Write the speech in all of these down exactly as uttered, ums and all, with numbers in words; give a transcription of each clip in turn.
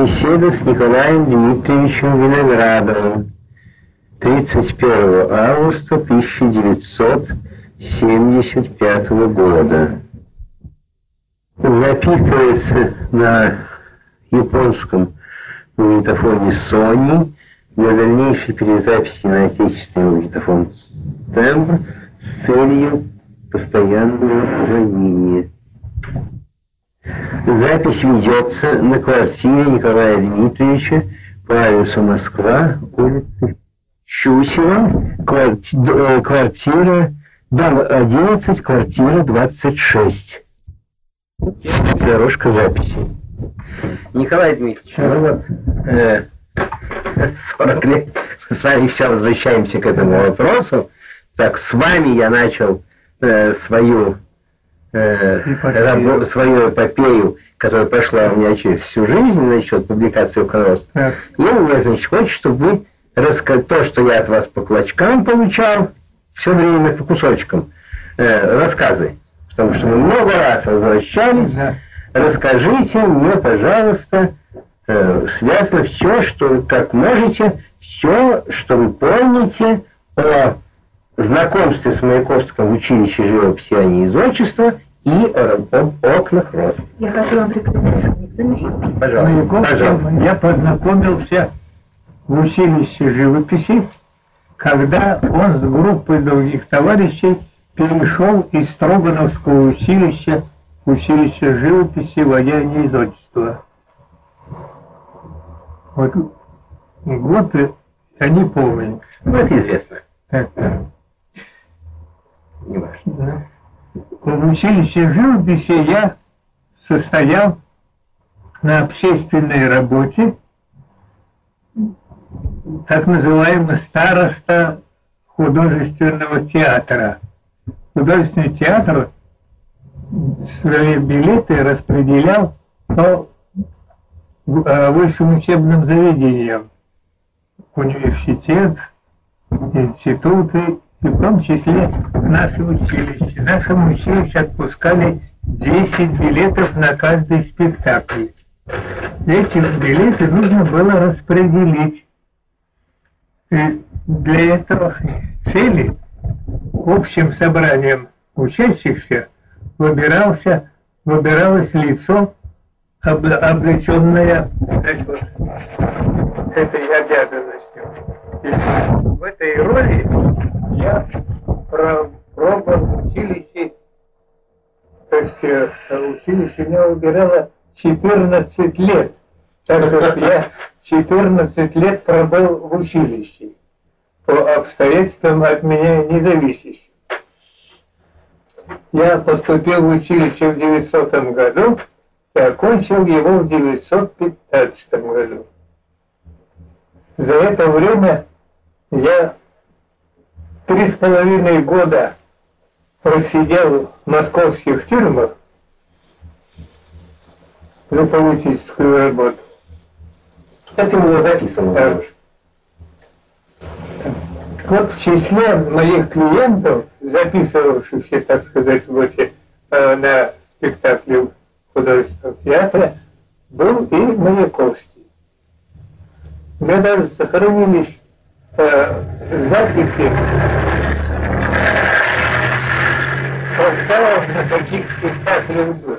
Беседа с Николаем Дмитриевичем Виноградовым. тридцать первого августа тысяча девятьсот семьдесят пятого года. Записывается на японском магнитофоне Sony, для дальнейшей перезаписи на отечественный магнитофон тембр с целью постоянного хранения. Запись ведется на квартире Николая Дмитриевича по адресу Москва, улица Щусева, кварти- квартира одиннадцать, квартира двадцать шесть. Дорожка записи. Николай Дмитриевич, ну вот, э, сорок лет мы с вами все возвращаемся к этому вопросу. Так, с вами я начал э, свою э, рабо, свою эпопею, которая прошла у меня через всю жизнь, насчет публикации «Укрост». И мне, значит, хочет, чтобы вы раска... то, что я от вас по клочкам получал, все время по кусочкам, э, рассказы. Потому что мы много раз возвращались. Да. Расскажите мне, пожалуйста, э, связано все, что, как можете, все, что вы помните о знакомстве с Маяковским в училище живописи Ани из отчества и о, об окнах роз. Я хотела прикрепить. Пожалуйста, пожалуйста. Я познакомился в училище живописи, когда он с группой других товарищей перешел из Строгановского училища в училище живописи в Ани из отчества. Вот год я не помню. Ну, это известно. Это. Не важно. Да. В училище живописи я состоял на общественной работе, так называемый староста художественного театра. Художественный театр свои билеты распределял по высшим учебным заведениям. Университет, институты, и в том числе наше училище. Нашему училищу отпускали десять билетов на каждый спектакль. Эти билеты нужно было распределить. И для этого цели общим собранием учащихся выбирался, выбиралось лицо, облеченное этой обязанностью. И в этой роли я пробовал в училище, то есть училище меня выбирало четырнадцать лет. Так что я четырнадцать лет пробыл в училище, по обстоятельствам от меня не зависящим. Я поступил в училище в девятисотом году и окончил его в девятьсот пятнадцатом году. За это время я три с половиной года просидел в московских тюрьмах за политическую работу. Это было записано. Так. Вот в числе моих клиентов, записывавшихся, так сказать, в эти, э, на спектакле художественного театра, был и Маяковский. У меня даже сохранились э, записи, что на каких спектаклях был.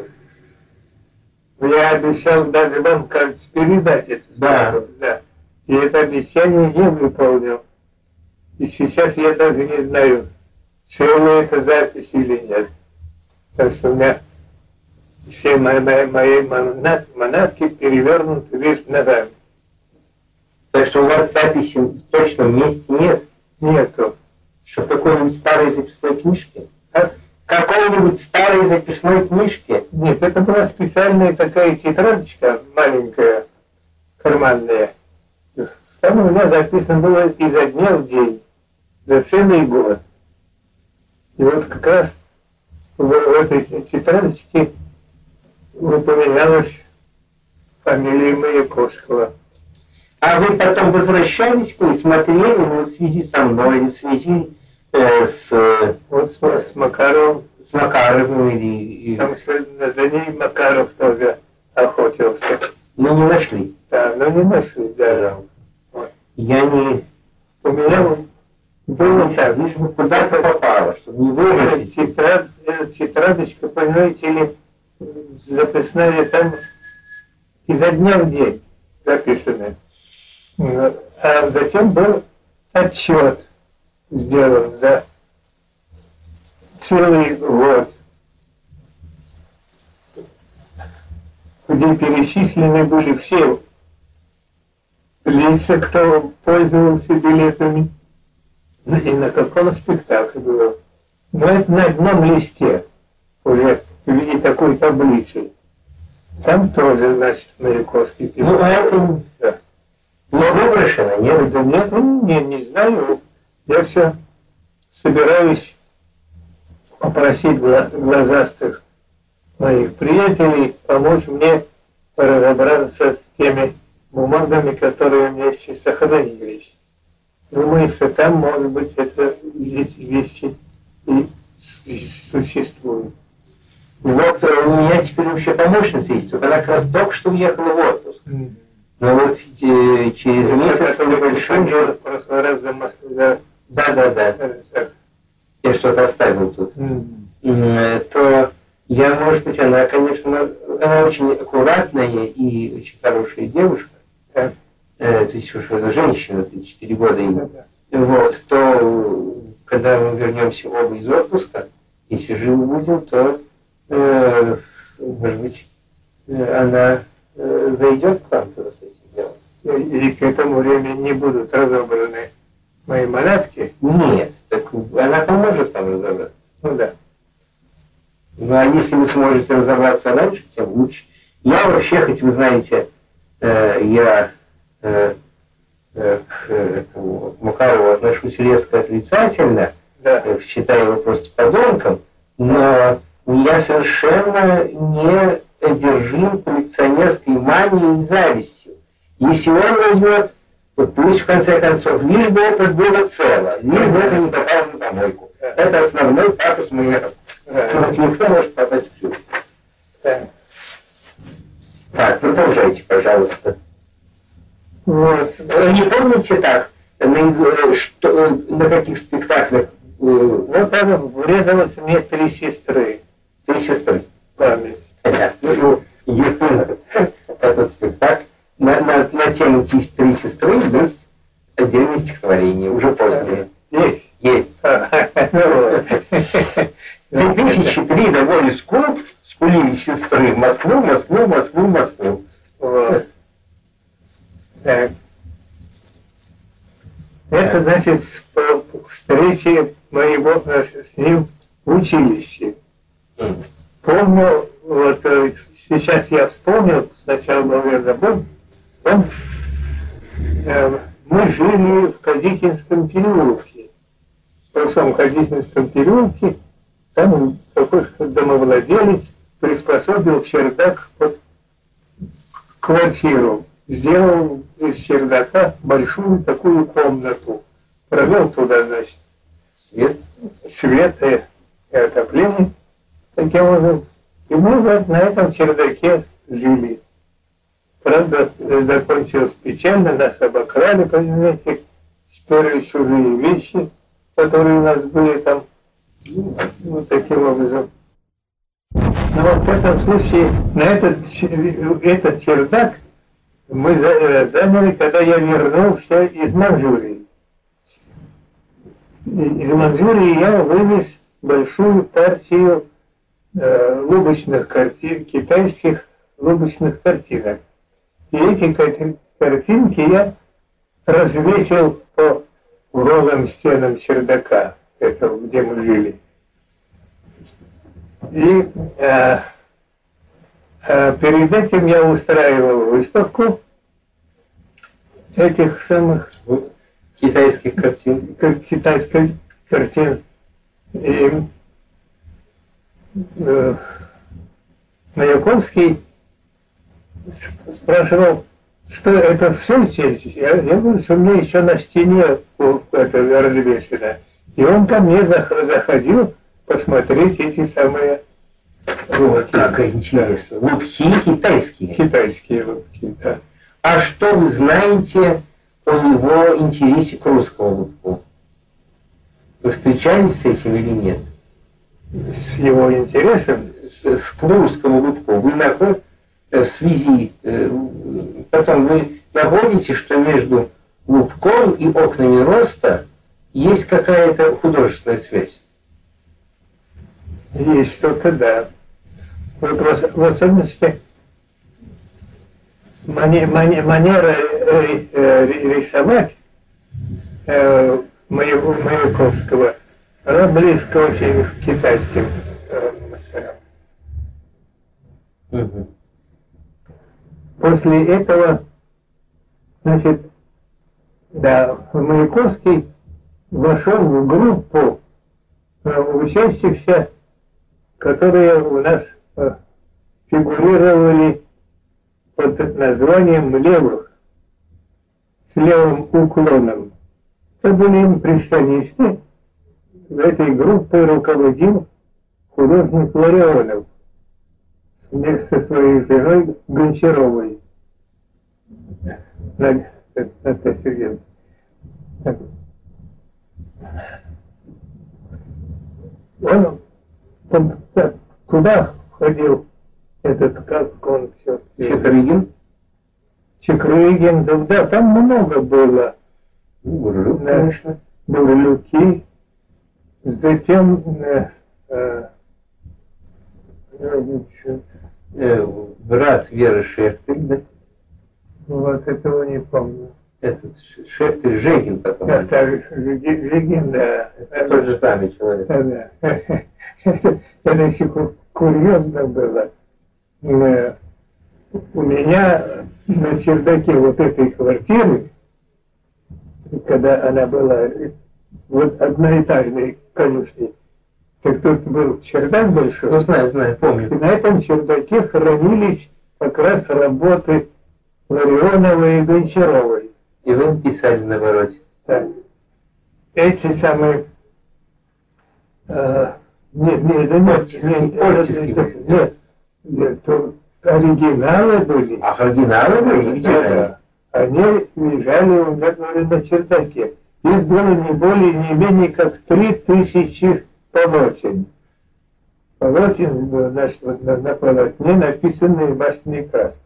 Я обещал даже вам, кажется, передать это. Да. Да. И это обещание не выполнил. И сейчас я даже не знаю, целая это запись или нет. Так что у меня все мои, мои, мои манатки перевернуты вверх ногами. Так что у вас записи в точном месте нет? Нету. Что в какой-нибудь старой записной книжке? А? Какой-нибудь старой записной книжке? Нет, это была специальная такая тетрадочка, маленькая, карманная. Там у меня записано было изо дня в день, за целый год. И вот как раз в, в этой тетрадочке упоминалась фамилия Маяковского. А вы потом возвращались к ней, смотрели, ну, в связи со мной, или в связи э, с... Э, вот с, с Макаровым. С Макаровым или... Там за ней Макаров тоже охотился. Ну, не нашли. Да. но не ношу, да. Вот. Я не... У меня было так, лишь бы куда-то попало, чтобы не выбросить. Тетрадь, тетрадочка, понимаете, или записная там изо дня в день записанная. А затем был отчет сделан за целый год, где перечислены были все лица, кто пользовался билетами, и на каком спектакле было. Но это на одном листе, уже в виде такой таблицы. Там тоже, значит, Маяковский. Ну, а это... Да. Но выброшено, нет? Да нет, не, не знаю. Я все собираюсь попросить глазастых моих приятелей помочь мне разобраться с теми бумагами, которые у меня сейчас сохранились. Думаю, что там, может быть, это эти вещи и существуют. Вот у меня теперь вообще помощница есть, только она как раз только что уехала в отпуск. Mm-hmm. Но вот э, через месяц небольшой... Я в прошлый раз за Москву... За... Да, да, да. За... Я что-то оставил тут. Mm-hmm. То я, может быть, она, конечно, она очень аккуратная и очень хорошая девушка. Yeah. Э, то есть уж женщина, тридцать четыре года ей. Yeah, yeah. Вот, то когда мы вернемся оба из отпуска, если живы будем, то, э, может быть, она э, зайдет к вам туда с этим делом. И к этому времени не будут разобраны мои малятки? Нет, так она поможет вам разобраться. Ну да. Ну а если вы сможете разобраться раньше, тем лучше. Я вообще, хоть вы знаете, э, я э, э, к этому к Макарову отношусь резко отрицательно, да. э, считаю его просто подонком, но я совершенно не одержим коллекционерской манией и завистью. Если он возьмет, то пусть в конце концов, лишь бы это было цело, лишь бы это не попало на помойку. Это основной пафос моего. Никто может попасть в тюрьму. Так, продолжайте, пожалуйста. Вот. Вы не помните так, на, что, на каких спектаклях? Ну, там врезалось мне три сестры. Три сестры? Память. Понятно. Ну, этот спектакль. На, на, на тему «Три сестры» есть отдельное стихотворение, уже позднее. Есть? Есть. Две тысячи три до воли скул скулили сестры в Москву, Москву, Москву, Москву. Вот. Так. Это значит по встрече моего с ним в училище. Mm. Помню, вот сейчас я вспомнил, сначала был я забыл, он, э, мы жили в Казихинском переулке. В прошлом Казихинском переулке там какой-то домовладелец приспособил чердак под квартиру. Сделал из чердака большую такую комнату. Провел туда, значит, свет, свет и, и отопление. Таким образом. И мы вот на этом чердаке жили. Правда, закончилось печально, нас обокрали, понимаете, сперли чужие вещи, которые у нас были там. Вот таким образом. Но вот в этом случае на этот, этот чердак мы заняли, когда я вернулся из Манчжурии. Из Манчжурии я вывез большую партию э, лубочных картин, китайских лубочных картинок. И эти картинки я развесил по голым стенам чердака, этого, где мы жили. И э, э, перед этим я устраивал выставку этих самых китайских картин. Китайских картин. И э, Маяковский спрашивал, что это все здесь? Я, я говорю, что у меня еще на стене это развешено. И он ко мне заходил посмотреть эти самые лупки. Как интересно. Лупки китайские. Китайские лупки, да. А что вы знаете о его интересе к русскому лубку? Вы встречались с этим или нет? С его интересом? С, с, к русскому лубку. Вы находите в связи, потом вы находите, что между лубком и окнами роста есть какая-то художественная связь? Есть что-то, да. Вот в, в особенности мани, мани, манера э, э, рисовать э, моего Маяковского, она близко очень к китайским э, мастерам. Угу. После этого, значит, да, Маяковский вошел в группу э, учащихся, которые у нас э, фигурировали под названием левых, с левым уклоном. Это были импрессионисты. В этой группе руководил художник Ларионов вместе со своей женой Гончаровой. Это серьезно. Он, он туда ходил, этот, как он все... Чекрыгин? Чекрыгин, да, да, там много было. Бурлюк, да, конечно. Бурлюки. Затем... Э, э, э, брат Веры Шехтель, да? Вот этого не помню. Этот Шехтель, Жегин потом. Да, так, Жегин, да. Это тот же самый человек. Да, да. Это, это еще курьезно было. У меня на чердаке вот этой квартиры, когда она была вот одноэтажной конюшней, так тут был чердак большой. Ну, знаю, знаю, помню. И на этом чердаке хранились как раз работы Ларионовой и Гончаровой. И вы писали на вороте. Да. Эти самые... Э, нет, нет, да нет, нет, нет, нет, нет, то оригиналы были. А оригиналы были? Где они? Они лежали у меня на чердаке. Их было не более, не менее как три тысячи полотен. Полотен, значит, вот на, на полотне написанные масляной краской.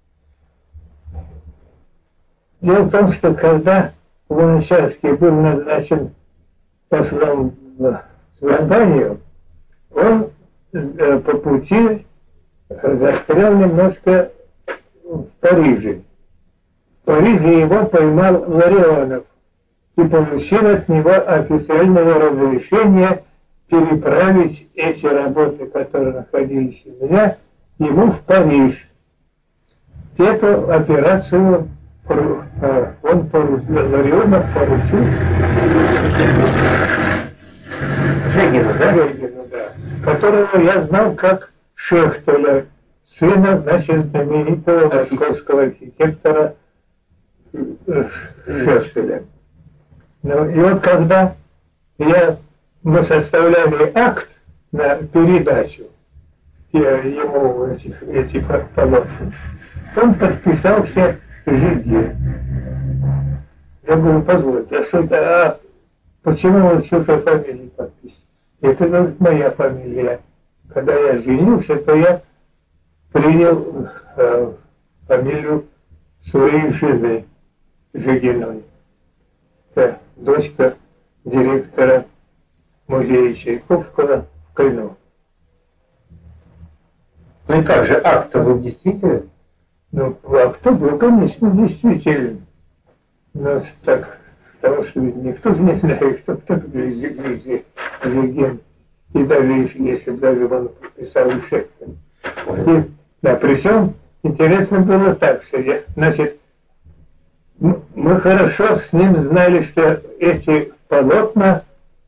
Дело в том, что когда Луначарский был назначен послом в Испанию, он э, по пути застрял немножко в Париже. В Париже его поймал Ларионов и получил от него официальное разрешение переправить эти работы, которые находились у меня, ему в Париж. Эту операцию он поручил, Ларионов поручил Жегину, да? Жегину, да, которого я знал как Шехтеля, сына, значит, знаменитого московского архитектора Шехтеля. Ну, и вот когда я, мы составляли акт на передачу ему этих, этих полотен, он подписался Жигин. Я говорю, позвольте, а что-то, а почему вы что-то фамилию подписали? Это, говорит, моя фамилия. Когда я женился, то я принял э, фамилию своей жены Жигиной. Это дочка директора музея Чайковского в Крыму. Ну и как же, акт-то был действительно? Ну, акт был, конечно, действительно. Но так, потому что никто же не знает, кто такой Жигин. И даже если бы даже он подписал Шехтель. И, да, при всем интересно было так, что я, значит, мы хорошо с ним знали, что эти полотна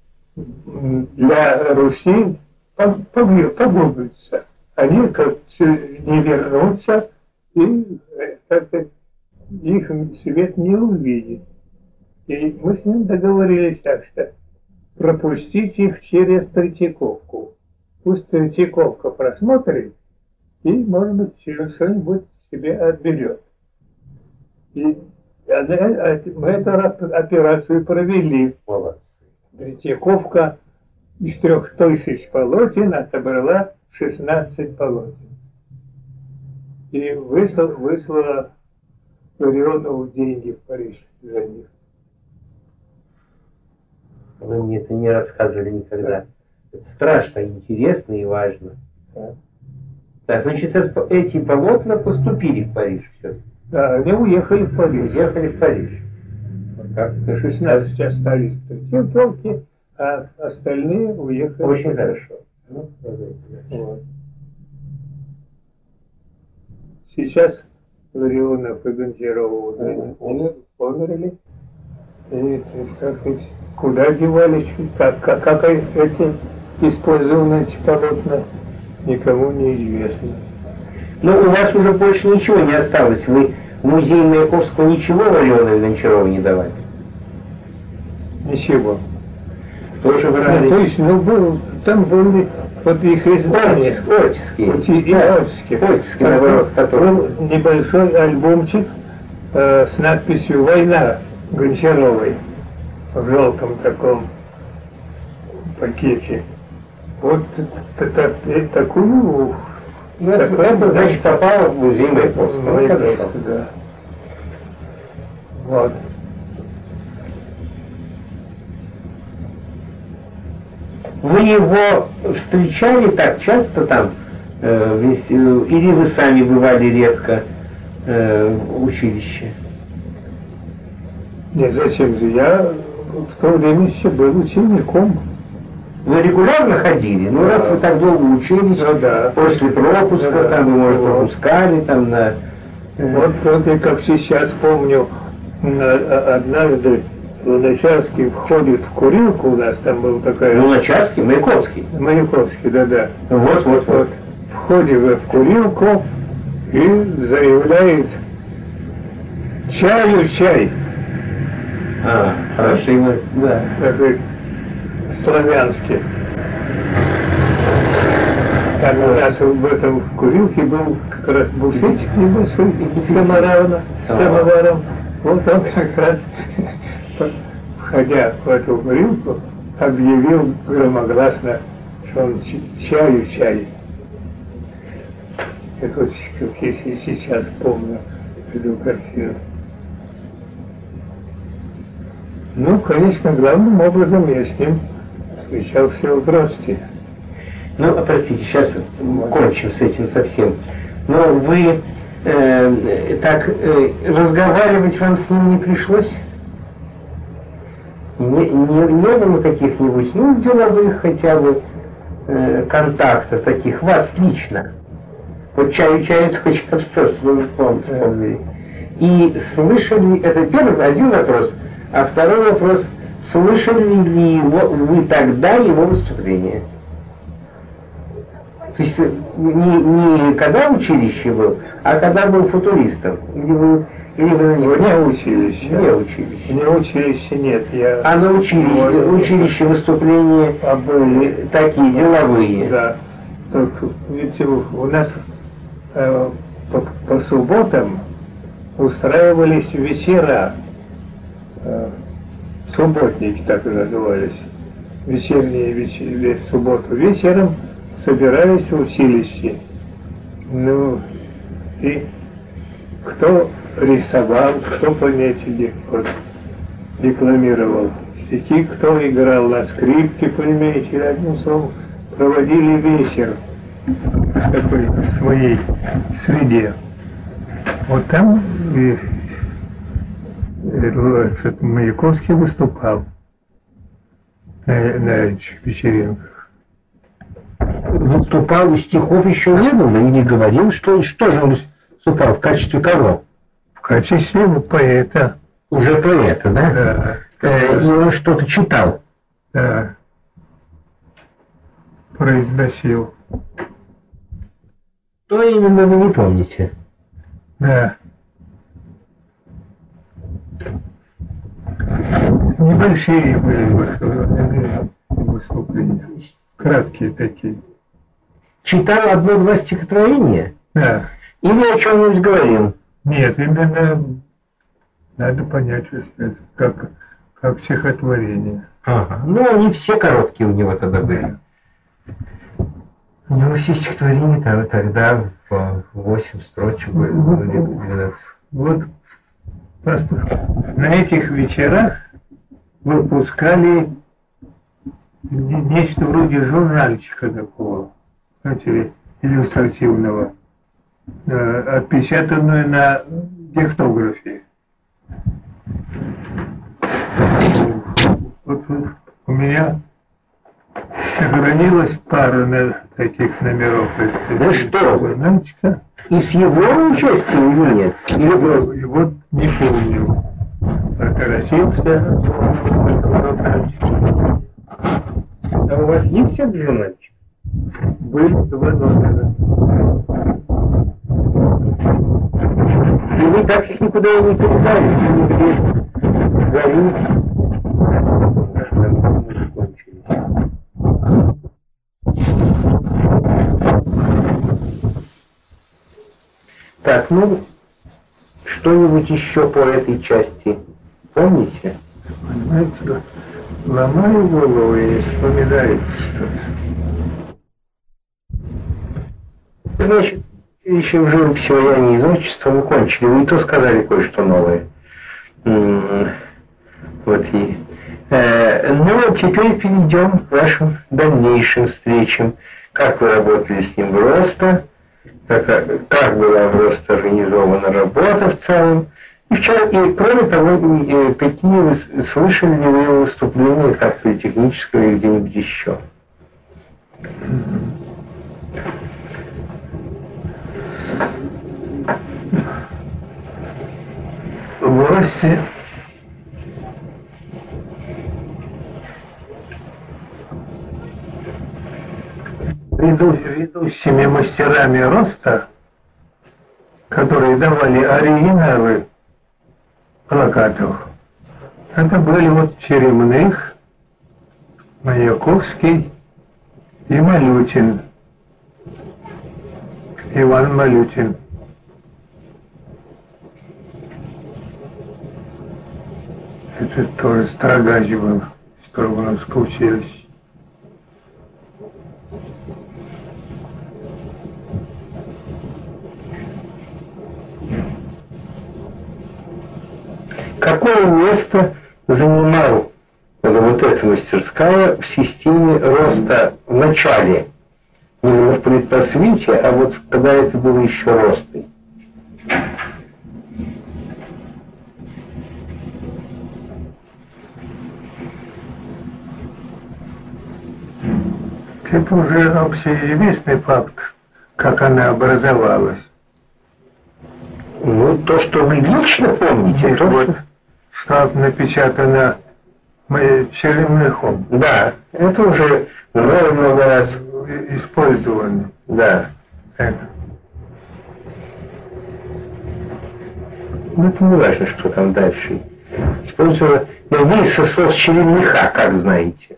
для Руси погубятся. Они как не вернутся и как-то их свет не увидит. И мы с ним договорились так, что пропустить их через Третьяковку. Пусть Третьяковка просмотрит и, может быть, что-нибудь себе отберет. И мы эту операцию провели. Молодцы. Третьяковка из трех тысяч полотен отобрала шестнадцать полотен. И выслала, выслала Ларионову деньги в Париж за них. Вы мне это не рассказывали никогда. Да. Это страшно интересно и важно. Да. Так, значит, эти полотна поступили в Париж. Все. Да, они уехали в Париж. Уехали в Париж. Вот шестнадцать остались в Третьяковке, а остальные уехали. Очень хорошо. Ну, вот. Сейчас Ларионов и Гончарова умерли. И, так сказать, куда девались, как, как, как эти использованы эти полотна, никому не известно. Ну, у вас уже больше ничего не осталось. Вы в музее Маяковского ничего Ларионова и Гончарова не давали? Ничего. Тоже брали? Ну, то есть, ну, был, там были вот их издания. Отческие. Отческие. Отческие, наоборот. Был небольшой альбомчик э, с надписью «Война» Гончаровой в желтом таком пакете. Вот такую... Ну, это, это значит, попало в музей Маяковского. Ну, хорошо. Да. Вот. Вы его встречали так часто там, э, вместе, или вы сами бывали редко э, в училище? Нет, зачем же? Я в то время еще был учеником. Вы регулярно ходили? Ну, да. Раз вы так долго учились, ну, да. После пропуска, да, там вы, может, вот. пропускали, там на... Вот, вот я как сейчас помню, однажды Луначарский входит в курилку, у нас там был такая... Луначарский? Маяковский? Маяковский, да-да. Вот, вот, вот. Входим в курилку и заявляет: чаю, чай. А, хорошо, ему, да. Такой славянский. Там у нас в этом в курилке был как раз буфетик небольшой с самоваром. самоваром. Вот он как раз, входя в эту курилку, объявил громогласно, что он чаю, чай. Это вот как если сейчас помню эту картину. Ну, конечно, главным образом я с ним встречался в Бросте. Ну, простите, сейчас кончим с этим совсем. Но вы э, так э, разговаривать вам с ним не пришлось? Не, не, не было каких-нибудь, ну, деловых хотя бы э, контактов таких, вас лично? Вот чаю чай, это очень просто, вы помните. И слышали, это первый, один вопрос, а второй вопрос, слышали ли его, вы тогда его выступление? То есть не, не когда в училище был, а когда был футуристом? Или вы, или вы на него не училище? Не училище. Не училище, нет. Я... А на училище, вот, училище выступления а были такие, деловые? Да. Так, видите, у нас э, по, по субботам устраивались вечера. Э, субботники так и назывались. Вечерние вечер, в субботу вечером собирались в училище. Ну, и кто рисовал, кто пометили, вот, декламировал стихи, кто играл на скрипке, понимаете, одним словом, проводили вечер в такой своей среде. Вот там и, этот Маяковский выступал на, на этих вечеринках. Выступал, и стихов еще не было, и не говорил, что, что же он выступал, в качестве кого? В качестве поэта. Уже поэта, да? Да. Э, и он что-то читал? Да. Произносил. То именно вы не помните? Да. Небольшие были выступления. Краткие такие. Читал одно-два стихотворения? Да. Или о чем-нибудь говорил? Нет, именно Надо понять, что это как, как стихотворение. Ага. Ну, они все короткие у него тогда были. У него все стихотворения там, тогда по восемь строчек были, двенадцать. Вот на этих вечерах выпускали нечто вроде журнальчика такого, знаете, иллюстративного, отпечатанную на гектографе. Вот у меня сохранилась пара на таких номеров. Да что вы? Журнальчика. И с его участием или нет? Или просто... И вот не помню. Прокоротился журнальчик. А у вас есть этот журнальчик? Были два номера. И вы так их никуда и не передали, нигде горит. Так, ну, что-нибудь еще по этой части помните? Понимаете, ломаю голову и не вспоминается что-то. Значит, еще в живописи влияние из отчества мы кончили. Вы и то сказали кое-что новое. Вот и... Ну, теперь перейдем к вашим дальнейшим встречам. Как вы работали с ним просто, как, как была просто организована работа в целом. И, вчера, и кроме того, какие вы слышали ли вы выступления как-то технического или где-нибудь еще? В росте ведущими мастерами роста, которые давали оригиналы плакатов, это были вот Черемных, Маяковский и Малютин, Иван Малютин. Это тоже Строгач был, с Строгановского училища. Какое место занимал вот эта мастерская в системе роста в начале? Не в предпосвете, а вот когда это было еще ростой. Это уже общеизвестный факт, как она образовалась. Ну, то, что вы лично помните, Нет, то, вот, что... что напечатано Черемныхом. Да, это уже много раз использовано. Да. Это. Ну, это не важно, что там дальше. Использовано... Но вы со слов Черемныха, как знаете.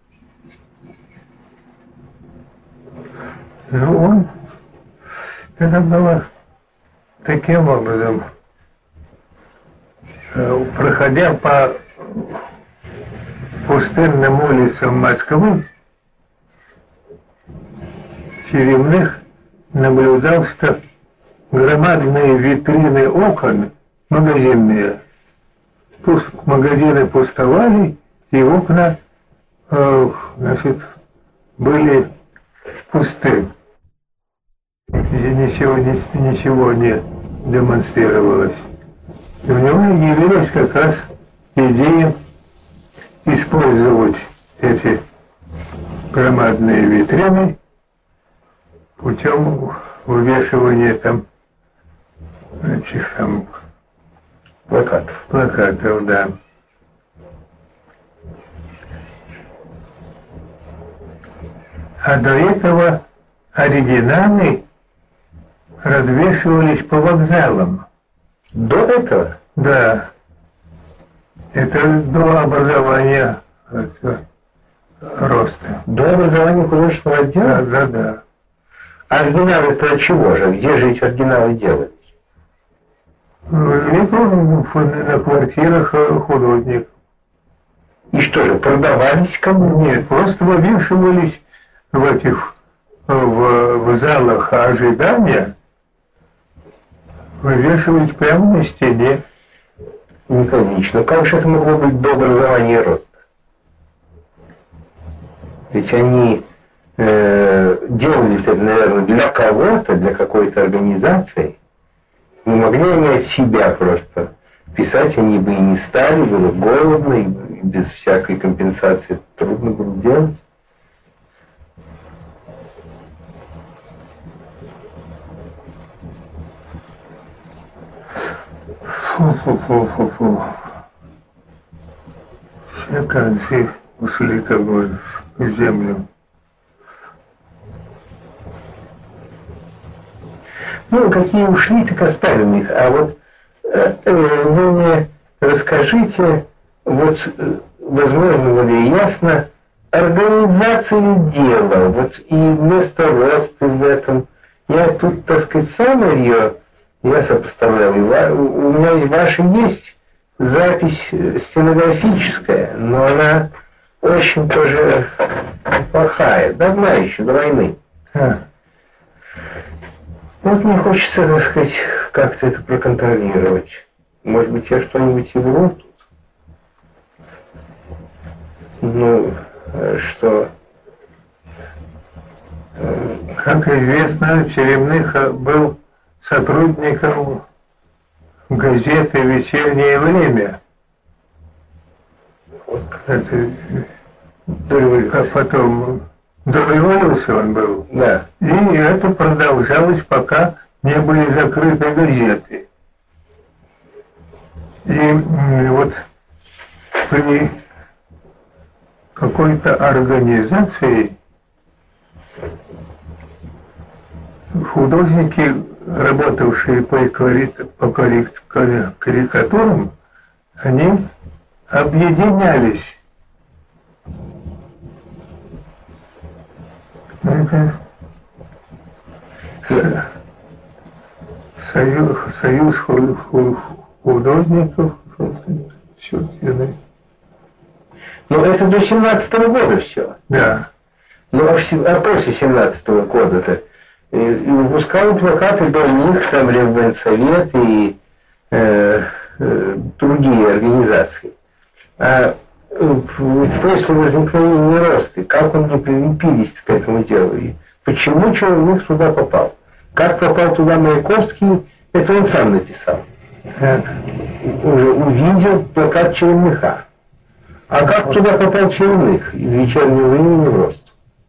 Ну, он, это было таким образом, проходя по пустынным улицам Москвы, Черемных наблюдал, что громадные витрины окон магазинные, магазины пустовали, и окна, значит, были пусты. И ничего, ничего не демонстрировалось. И у него явилась как раз идея использовать эти громадные витрины путем вывешивания там этих там Плакатов. Плакатов, да. А до этого оригиналы развешивались по вокзалам. До этого? Да. Это до образования это, роста. До образования художественного отдела? Да, да, да. А оригиналы-то от чего же? Где же эти оригиналы делались? Это жил на квартирах художников. И что же, продавались кому? Нет, просто вывешивались в этих, в, в залах ожидания, вывешивались прямо на стене. Николаевич, как же это могло быть до образования и роста? Ведь они э, делали это, наверное, для кого-то, для какой-то организации. Не могли они от себя просто. Писать они бы и не стали, было голодно, и без всякой компенсации трудно было делать. Фу-фу-фу-фу-фу. Все концы ушли как бы в землю. Ну, какие ушли, так оставим их. А вот э, вы мне расскажите, вот, возможно, более ясно, организацию дела, вот и место роста в этом. Я тут, так сказать, сам ее, я сопоставлял, у меня и ваша есть запись стенографическая, но она очень тоже плохая, давно еще, до войны. А. Вот мне хочется, так сказать, как-то это проконтролировать. Может быть, я что-нибудь и вру тут? Ну, что... Как известно, Черемных был сотрудником газеты «Вечернее время». Вот это, а потом дореволюции он был. да. И это продолжалось, пока не были закрыты газеты. И вот при какой-то организации художники, работавшие по, по карикатурам, они объединялись. Это союз, союз художников. Ну, это до семнадцатого года все. Да. Ну, а, в, а после семнадцатого года-то и, и выпускал плакаты до них, там Реввоенсовет и э, э, другие организации. А э, после возникновения роста, как он не прилепились к этому делу? И почему Черемных туда попал? Как попал туда Маяковский, это он сам написал. Так. Уже увидел плакат Черемныха. А как туда попал Черемных из «Вечернего времени» в рост?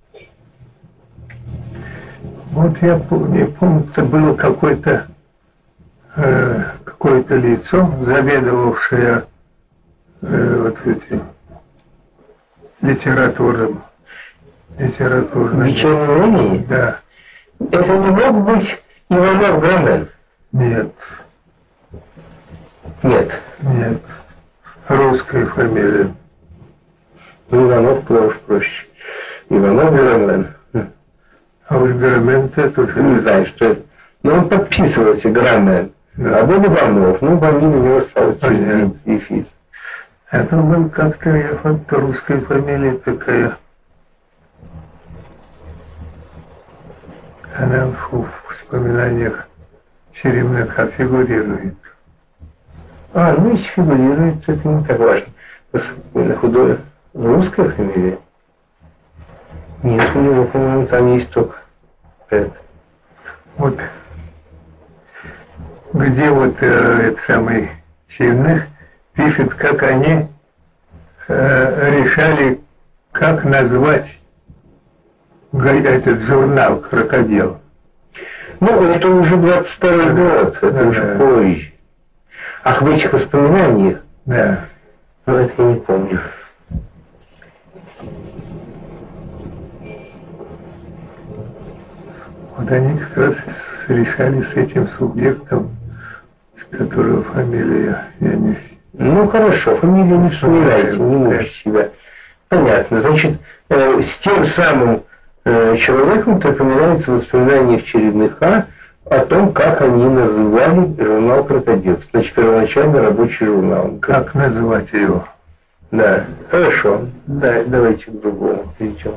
Вот я помню, помню, это было какое-то э, какое-то лицо, заведовавшее э, вот этим литературным. литературным. «Вечернего времени»? Да. Это не мог быть Иванов Громен? Нет. Нет. Нет. Русская фамилия. Ну, Иванов тоже проще. Иванов Громен. А уж Громен-то тоже... Не знаю, что это. Но он подписывался Громен. Да. А был Иванов. Ну, фамилия у него осталась через дефис. Это был как-то русская фамилия такая. Она в воспоминаниях Черемныха фигурирует. А, ну если фигурирует, это не так важно. На худое русская фамилия? Нет, у него, по-моему, там есть только это. Вот где вот э, этот самый Черемных пишет, как они э, решали, как назвать этот журнал «Крокодил». Ну, это уже двадцать второй год, это да, уже да. позже. Ах, в этих воспоминаниях? Да. Ну, это я не помню. Вот они как раз решали с этим субъектом, с которого фамилия, я не... Ну, хорошо, фамилию не вспоминайте, не мучите себя. Понятно, значит, э, с тем самым э, человеком, который упоминается в воспоминаниях Черемныха, о том, как они называли журнал «Крокодил». Значит, первоначально рабочий журнал. Как называть его? Да, хорошо. Да, давайте к другому перейдем.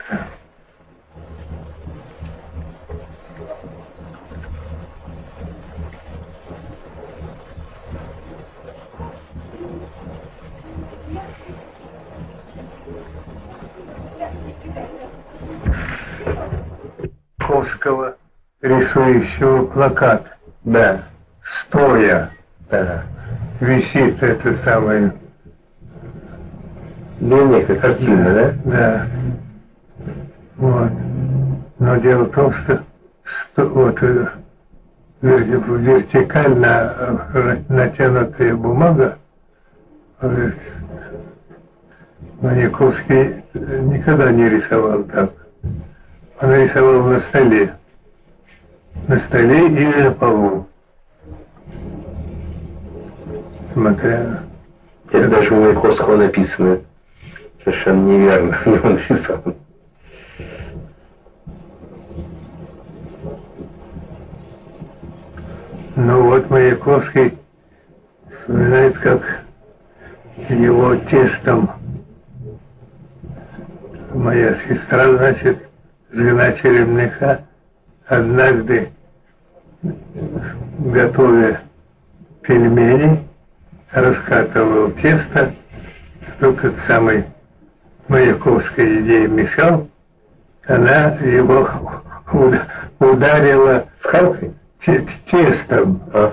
Ковского, рисующего плакат. Да. Стоя. Да. Висит это самое. Длиннее, картина, да? Да. Вот. Но дело в том, что, что вот э, вер- вертикально э, натянутая бумага, э, Маяковский никогда не рисовал так. Он рисовал на столе. На столе или на полу. Смотря. Это даже у Маяковского написано. Совершенно неверно. И он рисовал. Ну вот Маяковский вспоминает, как его тестом моя сестра, значит, жена Черемныха, однажды, готовя пельмени, раскатывал тесто, тут этот самый Маяковской идее мешал, она его ударила Скалкой? тестом. А.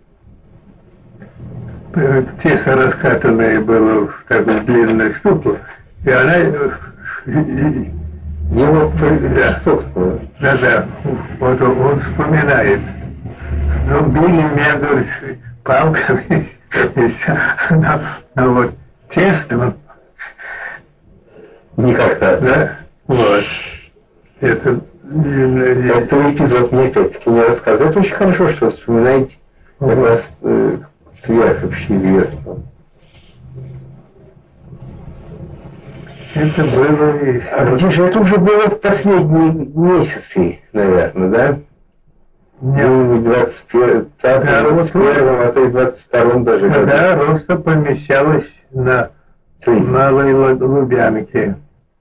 Тесто раскатанное было в такую длинную штуку, и она Его да, стукнуло. да, да, вот он, он вспоминает. Ну, били меня, говорит, палками, и все. Но, но вот тесто, Никак-то. да, вот. Это Этот эпизод мне опять-таки не рассказывает. Это очень хорошо, что вы вспоминаете как раз э, сверхобщеизвестного. это было и... А где же это уже было в последние месяцы, наверное, да? Нет. двадцать первом, двадцать первом, а то и двадцать втором даже. Когда Роста помещалась на Малой Лубянке,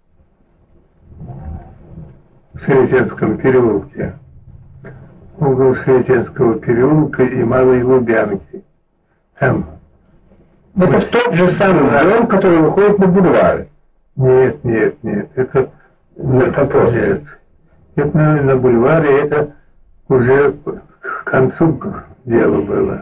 в Сретенском переулке. Угол Сретенского переулка и Малой Лубянки. Там. Это в тот же самый район, который выходит на бульвары. Нет, нет, нет. Это на Копросе. Нет. Это, наверное, на бульваре, это уже к концу дела было.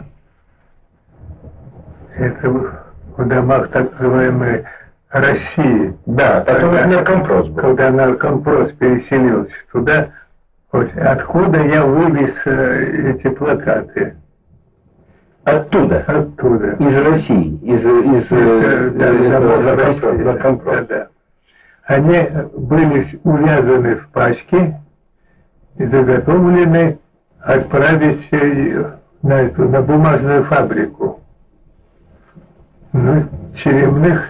Это в домах так называемой России. Да, потом когда, наркомпрос был. когда наркомпрос переселился туда, вот, откуда я вывез э, эти плакаты. Оттуда. Оттуда. Из России. Из, из, Э, да, э, домов этого России, наркомпроса. да, да. Они были увязаны в пачки и заготовлены отправить на эту, на бумажную фабрику. Ну, Черемных,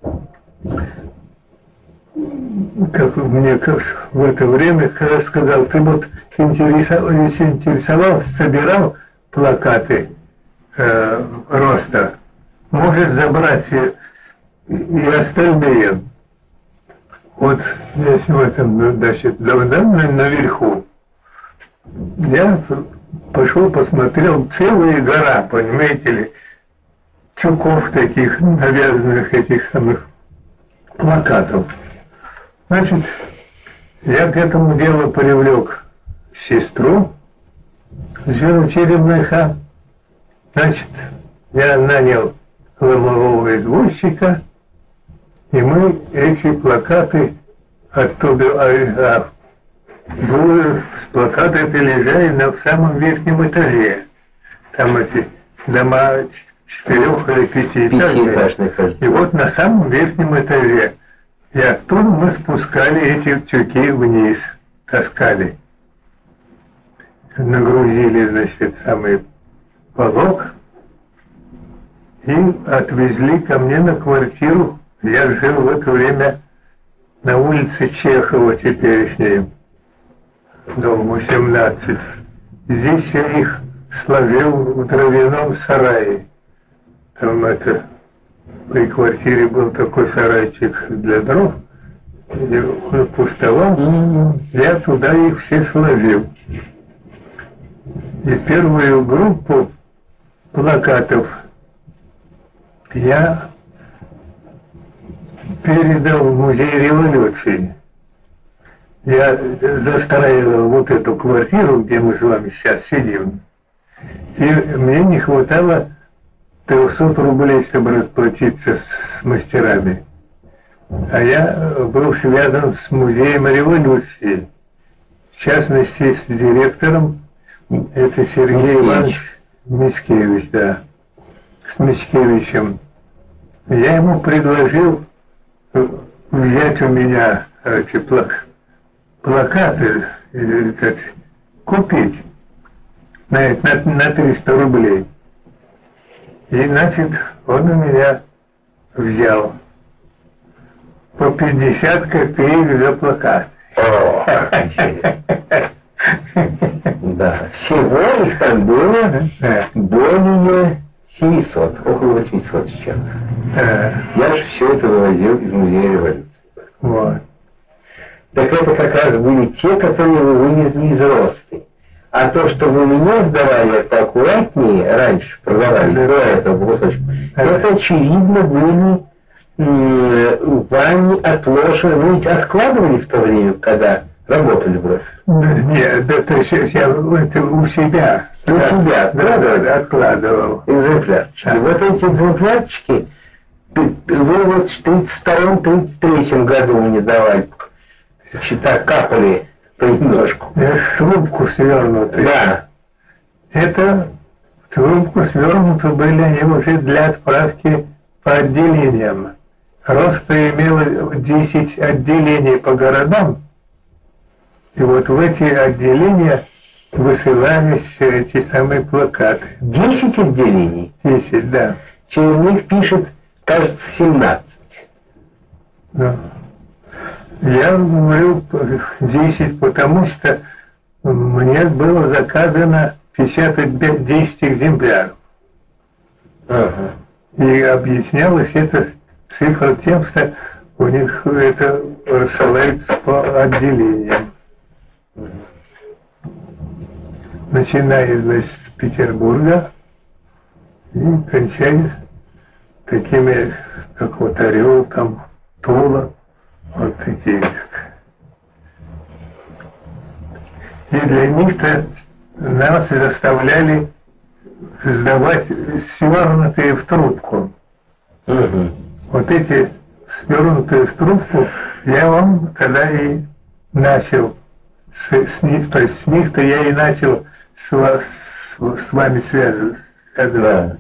как мне как в это время как раз сказал, ты вот интересовался, интересовался, собирал плакаты э, Роста, можешь забрать и, и остальные. Вот здесь в этом, значит, наверху. Я пошел, посмотрел, целая гора, понимаете ли, тюков таких, навязанных этих самых плакатов. Значит, я к этому делу привлек сестру, жену Черемныха. Значит, я нанял ломового извозчика, и мы эти плакаты оттуда, а, а, были, плакаты это лежали на, в самом верхнем этаже. Там эти дома четырех или пятиэтажные. И вот на самом верхнем этаже. И оттуда мы спускали эти тюки вниз, таскали. Нагрузили, значит, самый полок и отвезли ко мне на квартиру. Я жил в это время на улице Чехова теперешней, дом восемнадцать. здесь я их сложил в дровяном сарае. Там это, при квартире был такой сарайчик для дров, где он пустовал, я туда их все сложил. И первую группу плакатов я передал в музей революции. Я застраивал вот эту квартиру, где мы с вами сейчас сидим, и мне не хватало трехсот рублей, чтобы расплатиться с мастерами. А я был связан с музеем революции, в частности с директором, это Сергей Иванович Мицкевич, да, с Мицкевичем. Я ему предложил взять у меня эти плак, плакаты, этот, купить на, на, на триста рублей. И, значит, он у меня взял по пятьдесят копеек за плакат. О, да, всего их там было более семисот, около восьмисот сейчас. Я же все это вывозил из музея революции. Вот. Так это как раз были те, которые вы вывезли из Росты. А то, что вы мне сдавали, это аккуратнее раньше продавали, до этого, это, очевидно, были м- вами отложены. Вы ведь откладывали в то время, когда работали в Росте? Нет, это сейчас я это у себя. У себя, да, да, да, откладывал. Экземплярчики. Да. Вот эти экземплярчики вы вот в тридцать втором — тридцать третьем году мне давали. Счета капали понемножку. Трубку свернутую. Да. Это трубку свернуты были они уже для отправки по отделениям. Роста имела десять отделений по городам. И вот в эти отделения высылались эти самые плакаты. Десять отделений? Десять, да. Черных пишет, кажется, семнадцать. Да. Я говорю десять, потому что мне было заказано пятьдесят десять экземпляров. Ага. И объяснялась эта цифра тем, что у них это рассылается по отделениям. Начиная, значит, с Петербурга и кончая такими, как вот Орел, там, Тула. Вот такие. И для них-то нас заставляли сдавать свернутые в трубку. Угу. Вот эти свернутые в трубку я вам тогда и начал с, с них, то есть с них-то я и начал с, вас, с, с вами связываться. Да.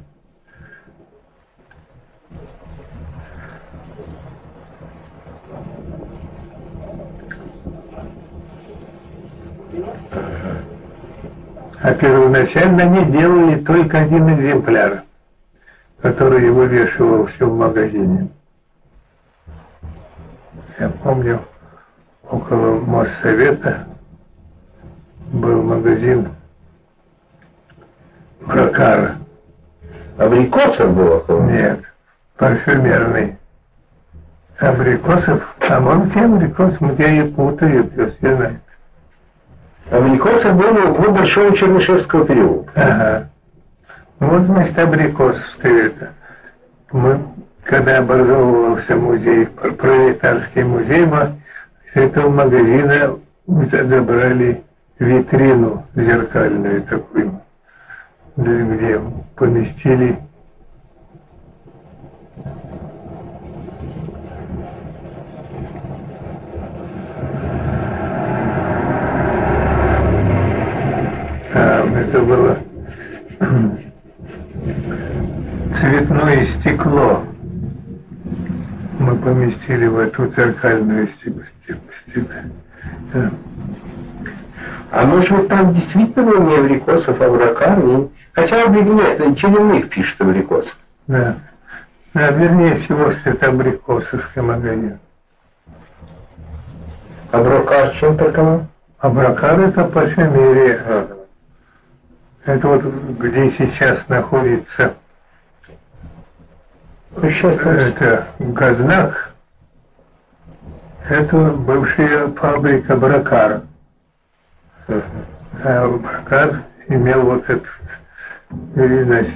А первоначально они делали только один экземпляр, который вывешивался в магазине. Я помню, около Моссовета был магазин Бракара. Абрикосов был около? Нет, парфюмерный. Абрикосов, а может и абрикос, я и путаю, плюс я знаю. Абрикосов был на углу Большого Чернышевского переулка. Ага. Вот, значит, абрикосовское это. Мы, когда образовывался музей, пролетарский музей, мы с этого магазина забрали витрину зеркальную такую, где поместили это было цветное стекло. Мы поместили в эту зеркальную стекло. Да. А может быть там действительно был не Абрикосов, а Бракар? Хотя нет, Черемных пишет Абрикосов. Да. Да, вернее всего, что это абрикосовский магазин. А Бракар чем торговал? А Бракар это парфюмерия. Ага. Это вот где сейчас находится, Сейчас это Газнак, это бывшая фабрика Бракара. uh-huh. А Бракар имел вот этот, значит,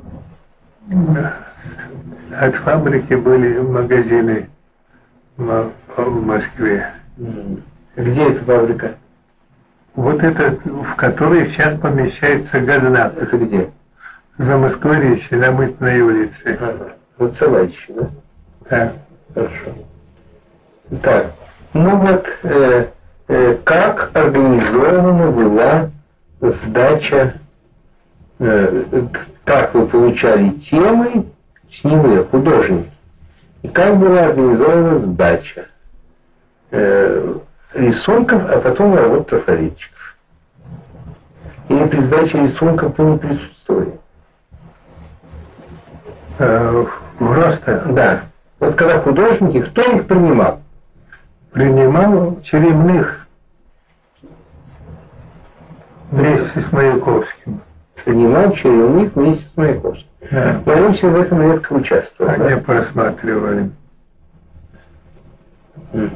от фабрики были магазины в Москве. Где эта фабрика? Вот это, в которой сейчас помещается Газнак. Это где? За Москворечье, на Мытной улице. Ага. Вот Целачи, да? Да. Хорошо. Так, ну вот, э, э, как организована была сдача, э, как вы получали темы, снимые, художники, и как была организована сдача э, рисунков, а потом работ трафаретчиков. И при сдаче рисунков вы не присутствовали. Э, просто? Да. Вот когда художники, кто их принимал? Принимал Черемных вместе с Маяковским. Принимал Черемных вместе с Маяковским. Да. Маруся в этом редко участвовал. Они Да? просматривали. Угу.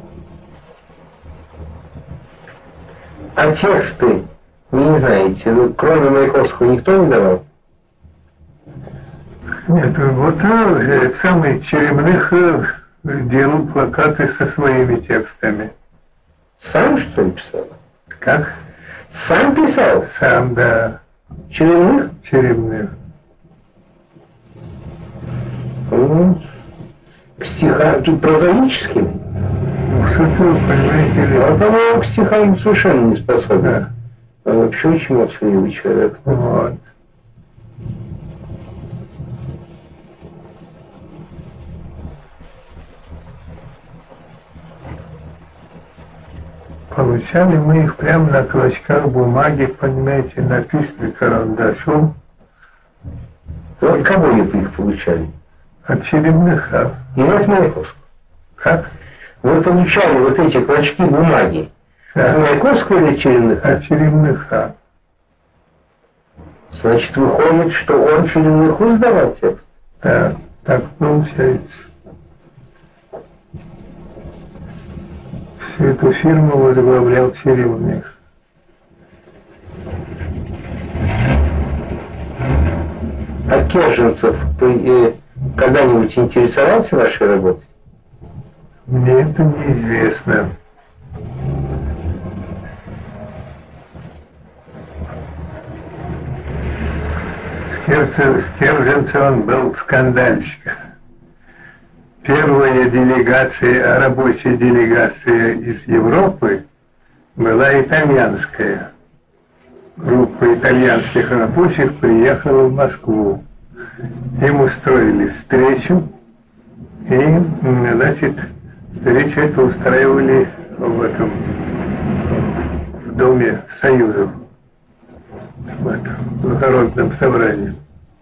А тексты, вы не знаете, кроме Маяковского никто не давал? Нет, вот э, самый Черемных э, делал плакаты со своими текстами. Сам, что ли, писал? Как? Сам писал? Сам, да. Черемных? Черемных. Ну, к стихам, тут прозаическим. Шутил, понимаете ли. А по-моему, к стихам совершенно не способен. Да. Он вообще очень молчаливый человек. Вот. Получали мы их прямо на клочках бумаги, понимаете, написанные карандашом. Вот кого вы их получали? От Черемных. И от Маяковского. Как? Вы получали вот эти клочки бумаги Да. от Маяковского или от Черемных? От Черемных. Значит, выходит, что он Черемныху сдавал текст? Да, так получается. Всю эту фирму возглавлял Черемных. А Керженцев э, когда-нибудь интересовался вашей работой? Мне это неизвестно. С Керженцевым был скандальщик. Первая делегация, рабочая делегация из Европы была итальянская. Группа итальянских рабочих приехала в Москву. Им устроили встречу, и, значит, встречу эту устраивали в этом, в Доме Союзов, в этом благородном собрании.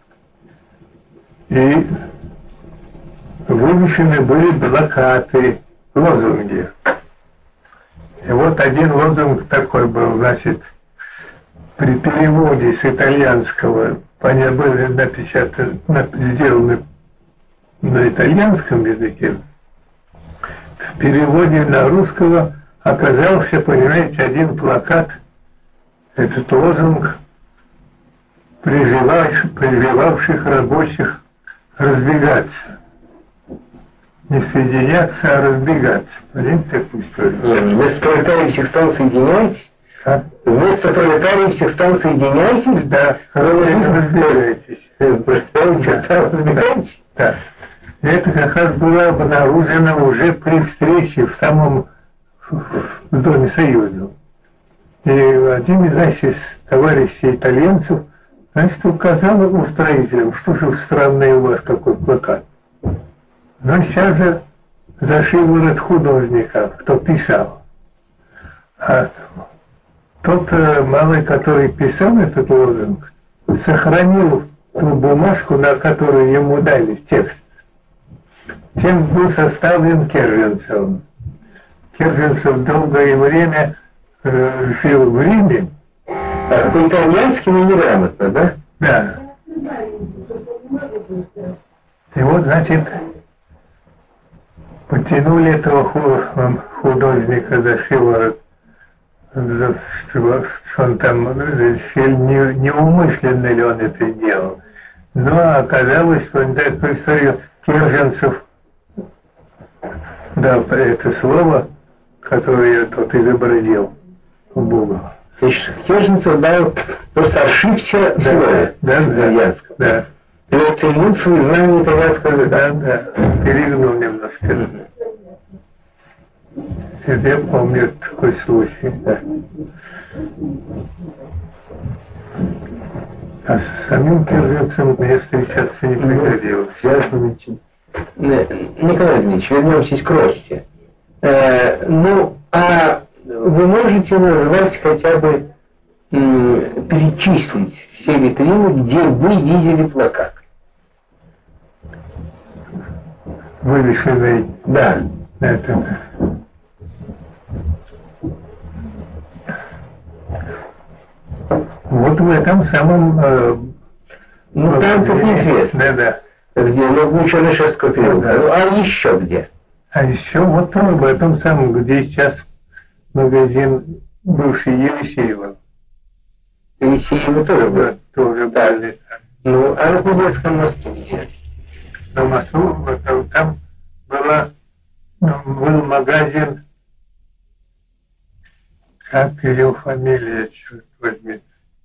И вывешены были плакаты, лозунги. И вот один лозунг такой был, значит, при переводе с итальянского, они были напечатаны, сделаны на итальянском языке, в переводе на русского оказался, понимаете, один плакат, этот лозунг, призывавших, призывавших рабочих разбегаться. Не соединяться, а разбегаться. Понимаете такую историю? Вместо пролетариев всех стан соединяйтесь? А? Вместо пролетариев всех стан соединяйтесь? Да, разбегаетесь. Пролетариев всех стан разбегаетесь? Да. И это как раз было обнаружено уже при встрече в самом в Доме Союза. И один из, значит, товарищей итальянцев, значит, указал устроителям, что же странный у вас какой плакат. Но сейчас же за шиворот художника, кто писал. А тот малый, который писал этот лозунг, сохранил ту бумажку, на которую ему дали текст. Текст был составлен Керженцевым. Керженцев долгое время э, жил в Риме, А по-итальянски мы неграмотно, да? Да. И вот, значит, потянули этого художника за шиворот, что он там, не, неумышленно ли он это делал. Но оказалось, что он такой историю Керженцев дал это слово, которое тот изобразил у Бога. Керженцев дал, просто ошибся в да, слове да, да, да. Переоценил свои знания итальянского языка. Да, да, перегнул немножко. Mm-hmm. Это я помню такой случай. Да. А с самим Керженцем мне встречаться не приходилось. Николай Дмитриевич, вернемся к Росте. Э, ну, а вы можете назвать хотя бы, м, перечислить все витрины, где вы видели плакат? Вывешенный. Да. Это. Вот в этом самом... Э, ну, там тут неизвестно. Да, да. Где, ну, Чернышевского переулка. Да. А еще где? А еще вот в этом самом, где сейчас магазин бывший Елисеева. Елисеева тоже был? Да, тоже да. Были. Ну, а на Кузнецком мосту где? На мосту, там была, был магазин, как ее фамилия, черт возьми.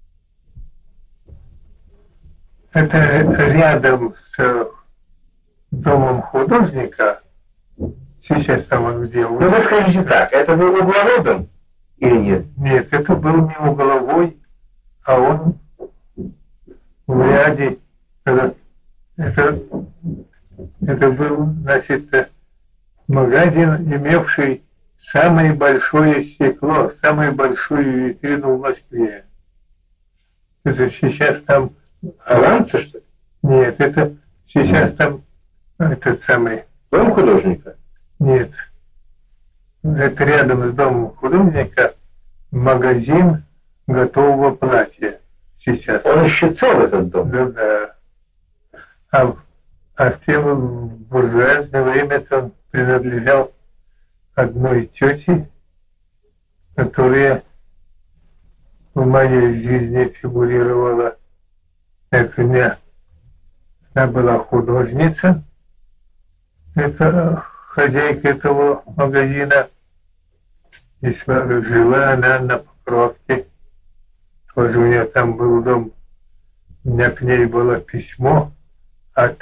Это рядом с домом художника. Сейчас там он где. Ну вы скажите так, это был угловой дом или нет? Нет, это был не угловой, а он в ряде. Это, это, это был, значит, магазин, имевший самое большое стекло, самую большую витрину в Москве. Это сейчас там... Аванцы, что ли? Нет, это сейчас там этот самый... Дом художника? Нет. Это рядом с домом художника магазин готового платья сейчас. Он еще цел, этот дом? Да, да. А, а в те буржуазное время он принадлежал одной тете, которая в моей жизни фигурировала. Это не... Она была художница, это хозяйка этого магазина. И жила она на Покровке. Тоже у нее там был дом. У меня к ней было письмо от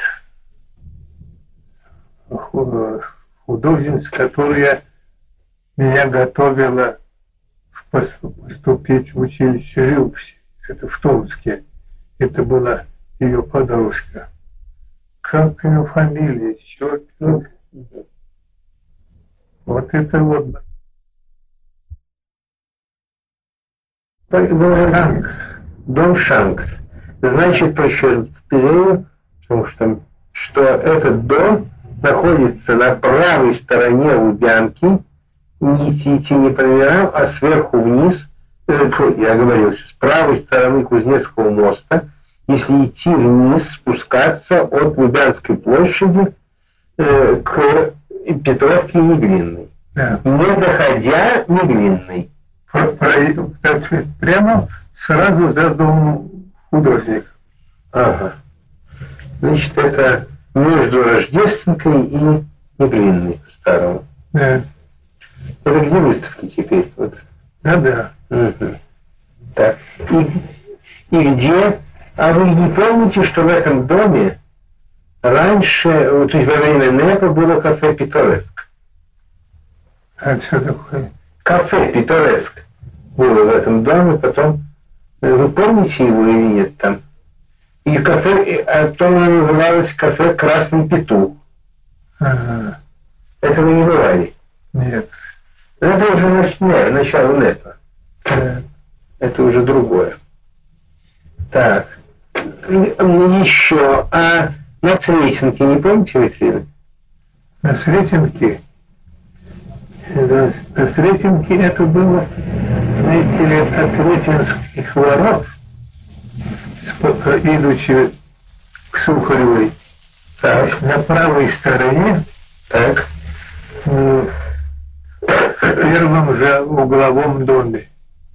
художницы, которая меня готовила поступить в училище живописи. Это в Томске. Это была ее подружка. Как ее фамилия? Черт. Вот это вот. Шанкс. Дом Шанкс. Значит, подчеркиваю, потому что, что этот дом находится на правой стороне Лубянки, не идти не по номерам, а сверху вниз, я оговорился, с правой стороны Кузнецкого моста, если идти вниз, спускаться от Лубянской площади э, к Петровке Неглинной. Да. Не доходя Неглинной. Прямо сразу за домом художника. Ага. Значит, это между Рождественкой и Неглинной старого. Да. Это где выставки теперь? Вот. Да, да. Угу. Так. И, и где? А вы не помните, что в этом доме раньше, вот во время НЭПа было кафе «Питореск»? А что такое? Кафе «Питореск» было в этом доме, потом, вы помните его или нет там? И кафе, а потом оно называлось кафе «Красный петух». Ага. Это вы не бывали? Нет. Это уже начало, начало НЭПа. Да. Это уже другое. Так. Еще. А на Сретенке не помните витрины? На Сретенке? До, до Сретенки это было, знаете ли, от Сретенских ворот, идучи к Сухаревой, так, на правой стороне, так, в первом же угловом доме.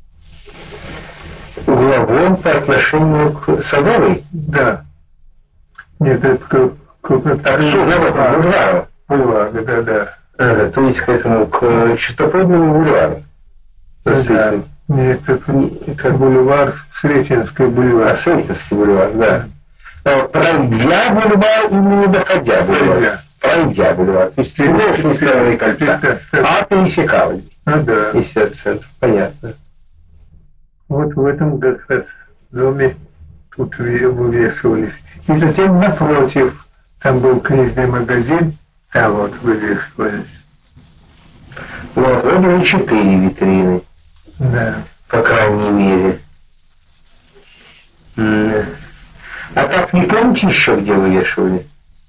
Угловом по отношению к Садовой? Да. Нет, это к... к, к бульвару. Бульвар, да, да. Ага, то есть к этому, к Чистопрудному бульвару. Да. Нет, это, это бульвар, Сретенский бульвар. А, Сретенский бульвар, да. Но пройдя бульвар и не доходя бульвар. Пройдя бульвар. То есть ты больше не стороны кольца, а пересекал. Ну да. пятьдесят центов, понятно. Вот в этом как раз доме тут вывешивались. И затем напротив, там был книжный магазин, там вот вывешивались. Вот, вроде четыре витрины. Да. По крайней мере. М-м. А так не помните еще, где вывешивали?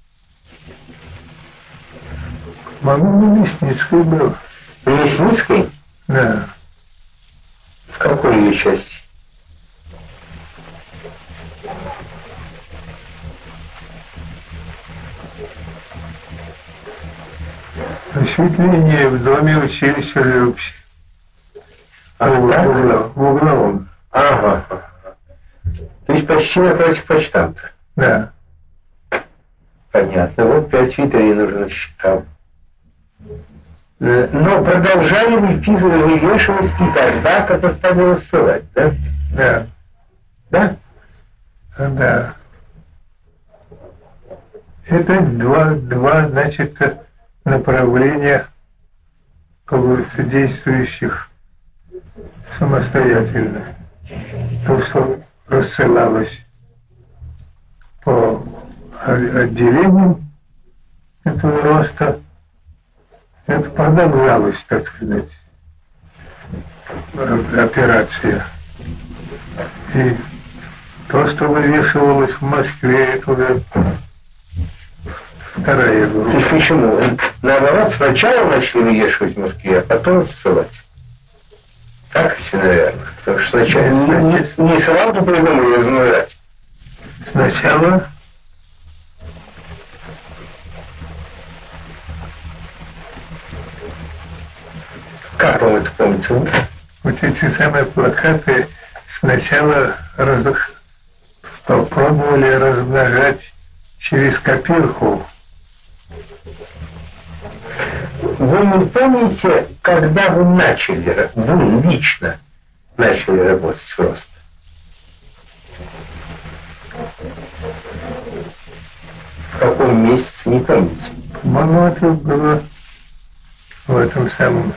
Могу, на Мясницкой был. На Мясницкой? Да. В какой ее части? Осветление в доме училища Любчи. А в угловом? В угловом. Ага. То есть почти напротив почтамта. Да. Понятно. Вот пять витрин уже насчитал. Но продолжали вывешивать и тогда, как оставила ссылать, да? Да. Да? Да. Это два, два, значит, направления, как говорится, действующих самостоятельно. То, что рассылалось по отделениям этого роста, это продолжалась, так сказать, операция. И то, что вывешивалось в Москве, это уже вторая группа. То есть почему? Наоборот, сначала начали вывешивать в Москве, а потом ссылать. Так все, наверное. Потому что сначала не, не, не сразу придумали размножать. Сначала как вам это помнится? Вот эти самые плакаты сначала раз... попробовали размножать через копирку. Вы не помните, когда вы начали, вы лично начали работать в рост? В каком месяце, не помните? По-моему, это было в этом самом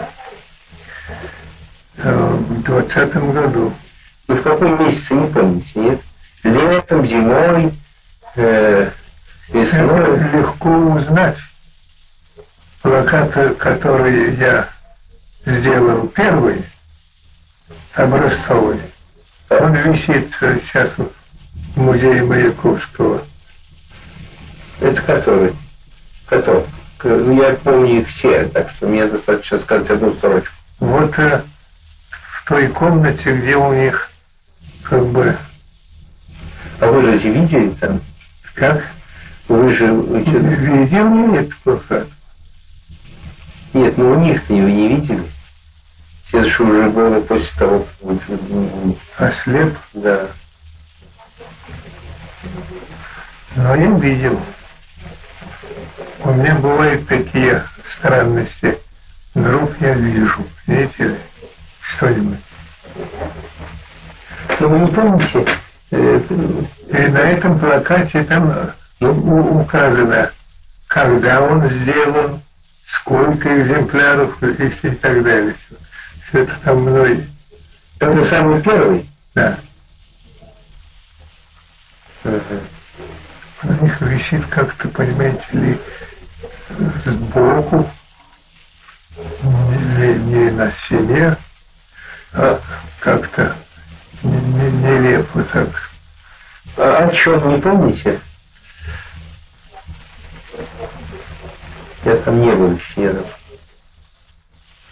в двадцатом году. Ну, в каком месяце, не помните, нет? Летом, зимой, э, весной? Это легко узнать. Плакаты, которые я сделал первый, образцовый, он висит сейчас в музее Маяковского. Это который? Который? Ну, я помню их все, так что мне достаточно сказать одну строчку. Вот э, в той комнате, где у них как бы... А вы разве видели там? Как? Вы же... Видел ли это плакат? Нет, ну у них-то вы не видели. Это же уже было после того, как вы... Ослеп? Да. Но я видел. У меня бывают такие странности. Вдруг я вижу, видите ли, что-нибудь. Но вы не помните? Э, и на этом плакате там ну, указано, когда он сделан, сколько экземпляров и так далее. Все это там мной. Это самый первый? Да. Uh-huh. На них висит как-то, понимаете ли, сбоку, не, не на стене, а как-то не, не, нелепо так. А о чем не помните? Я там не был еще ни разу.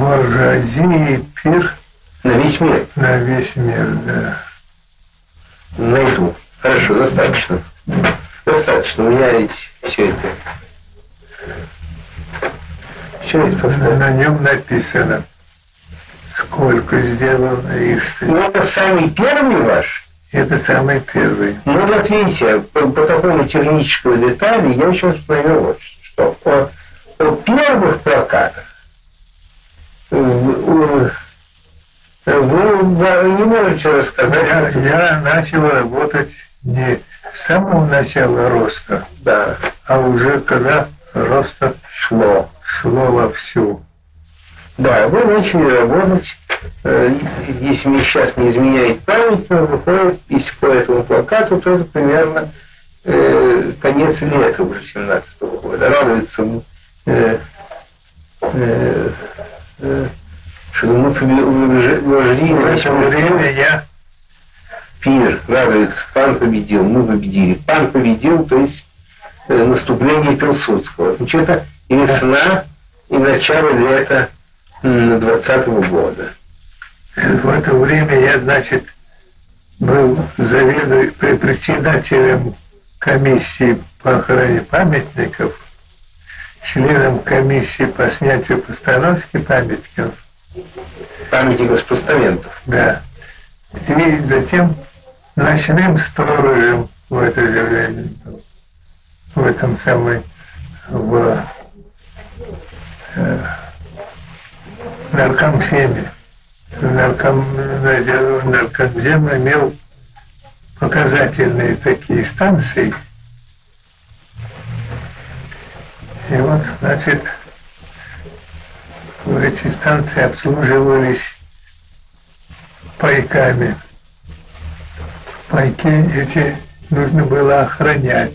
буржуазии пир. На весь мир? На весь мир, да. Найду. Хорошо, достаточно. Достаточно. У меня ведь все это... Все это повторяю. На нем написано, сколько сделано и что. Ну, это самый первый ваш? Это самый первый. Ну, вот видите, по, по такому техническому детали я еще вспомнил вот что. О, о первых плакатах вы, вы не можете рассказать. Я, я начал работать не с самого начала роста, да, а уже когда роста шло, шло вовсю. Да, вы начали работать, если мне сейчас не изменяет память, то выходит, если по этому плакату, то это примерно э, конец лета уже семнадцатого года. Радуется, э, э, э, что мы вожди. В это время я... Пир, радуется, пан победил, мы победили. Пан победил, то есть э, наступление Пилсудского. Значит, это и весна, и начало лета двадцатого года. В это время я, значит, был заведующим председателем комиссии по охране памятников, членом комиссии по снятию постановки памятников. Памятников с постаментов. Да. И затем ночным сторожем в это же время, в этом самом, в э, наркомземе. Нарком, наркомзем имел показательные такие станции. И вот, значит, эти станции обслуживались пайками. Пайки эти нужно было охранять.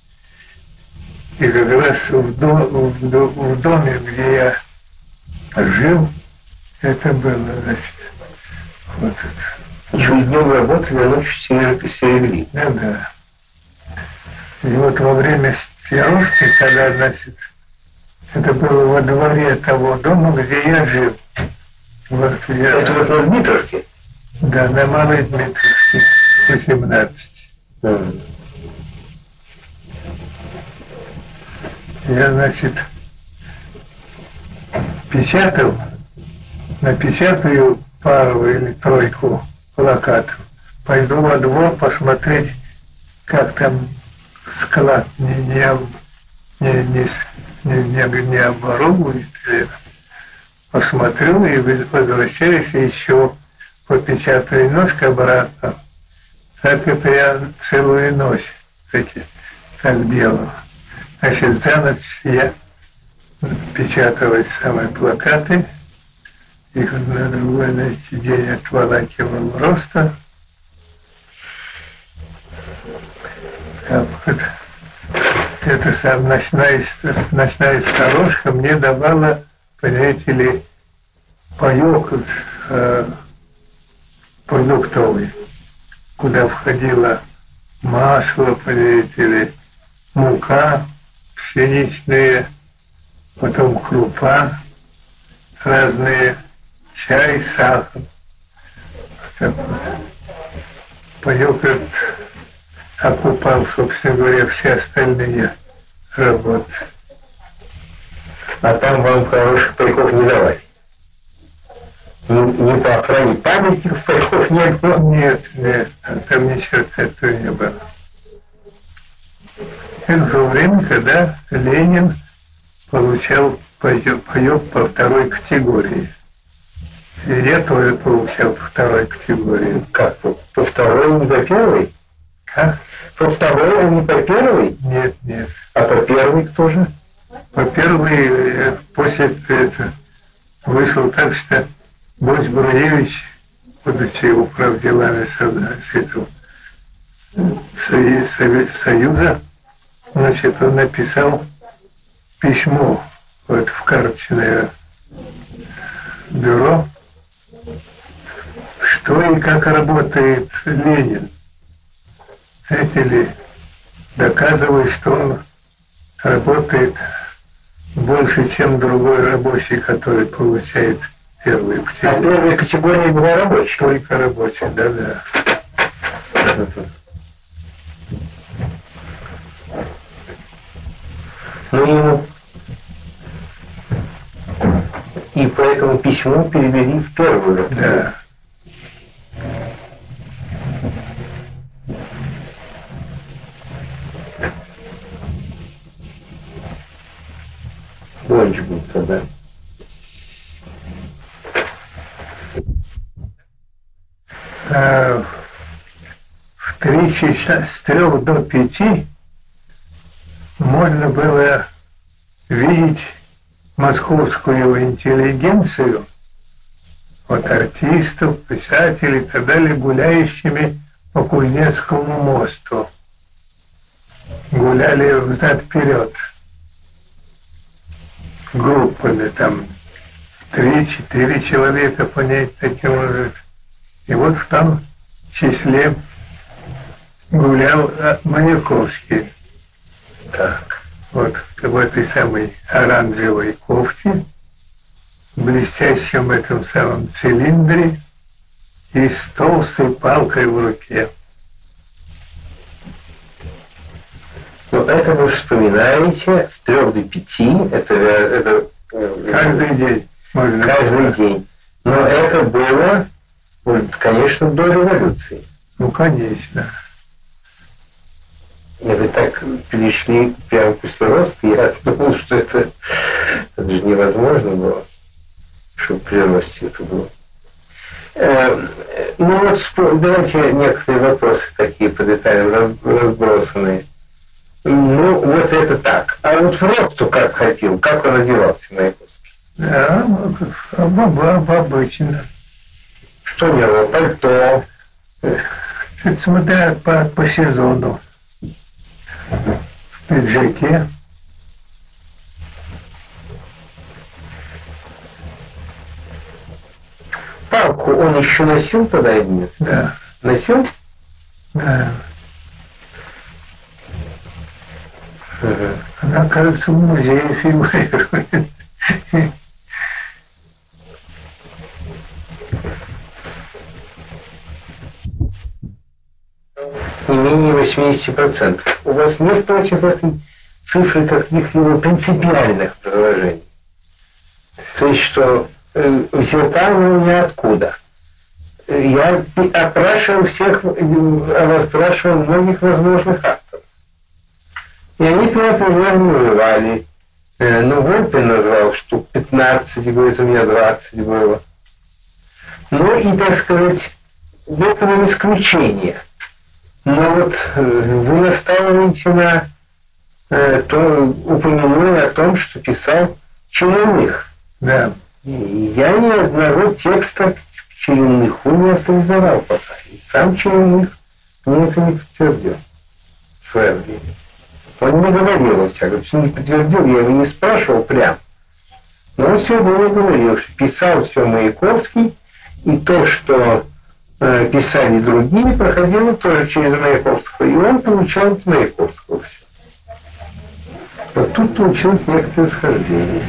И как раз в, до, в, до, в доме, где я жил, это было, значит, вот это. Еще и днем работали, а ночью стерегли. Да, да. И вот во время стирушки, когда, значит, это было во дворе того дома, где я жил. Вот, я, это вот на Дмитровке? Да, на Малой Дмитровке, восемнадцать. Mm. Я, значит, печатал, напечатаю пару или тройку плакатов. Пойду во двор посмотреть, как там склад не, не, не, не, не, не оборует. Посмотрю и возвращаюсь еще попечатаю ножка обратно. Так это я целую ночь таки, так делал. Значит, за ночь я печатал эти самые плакаты, их на другой, значит, день отволакивал роста. А вот эта сам ночная, ночная сторожка мне давала, понимаете ли, паёк э, продуктовый, куда входило масло, понимаете ли, мука пшеничная, потом крупа, разные, чай, сахар. Так вот. Паёк этот окупал, собственно говоря, все остальные работы. А там вам хороших пайков не давали? Не, не по охране памятников пайков не было? Нет, нет, там ничего этого не было. Это было время, когда Ленин получал паёк, паёк по второй категории. И я тоже получал по второй категории. Как? По, по второй, не по первой? Как? По второй, а не по первой? Нет, нет. А по первой кто же? По первой, после этого вышел так, что Борис Бруевич, будучи управделами с этого Союза, значит, он написал письмо вот, в карточное бюро, что и как работает Ленин. Знаете ли, доказывает, что он работает больше, чем другой рабочий, который получает первые. А первая категория была рабочая? Только рабочая, да-да. Ну, ему и по этому письму перевели в первую. Да. Больше будет тогда. А, в три часа с трех до пяти можно было видеть московскую интеллигенцию, от артистов, писателей и так далее, гуляющими по Кузнецкому мосту. Гуляли взад-вперед. Группами там три-четыре человека по ней таким вот. И вот в том числе гулял Маяковский. Так. Вот в этой самой оранжевой кофте, в блестящем этом самом цилиндре и с толстой палкой в руке. Ну, это вы вспоминаете с трех до пяти, это, это каждый день. Можно каждый сказать. день. Но это было, конечно, до революции. Ну, конечно. И вы так перешли прямо после роста, я думал, что это, это же невозможно было, чтобы при росте это было. Э, ну вот давайте некоторые вопросы такие по деталям разбросанные. Ну, вот это так. А вот в росту как ходил, как он одевался, Маяковский? Да, об, обычно. Что у него? Пальто? Смотря по, по сезону. В пиджаке. Палку он еще носил тогда, Эдмис? Да. Носил? Да. Угу. Она, кажется, в музее фигурирует. Не менее восемьдесят процентов. У вас нет против этой цифры каких-либо принципиальных предложений? То есть, что э, взята она ниоткуда. Я опрашивал всех, расспрашивал многих возможных авторов. И они, например, называли, э, ну, Вольпин назвал штук пятнадцать, говорит, у меня двадцать было. Ну и, так сказать, это не исключение. Но вот э, вы настаиваете на э, то, упомянули о том, что писал Черемных. Да. И я ни одного текста к Черемныху не авторизовал пока. И сам Черемных мне это не подтвердил в свое время. Он не говорил, во всяком случае, не подтвердил, я его не спрашивал прям. Но он все было говорил, что писал все Маяковский, и то, что э, писали другие, проходило тоже через Маяковского, и он получал от Маяковского все. Вот тут получилось некоторое схождение.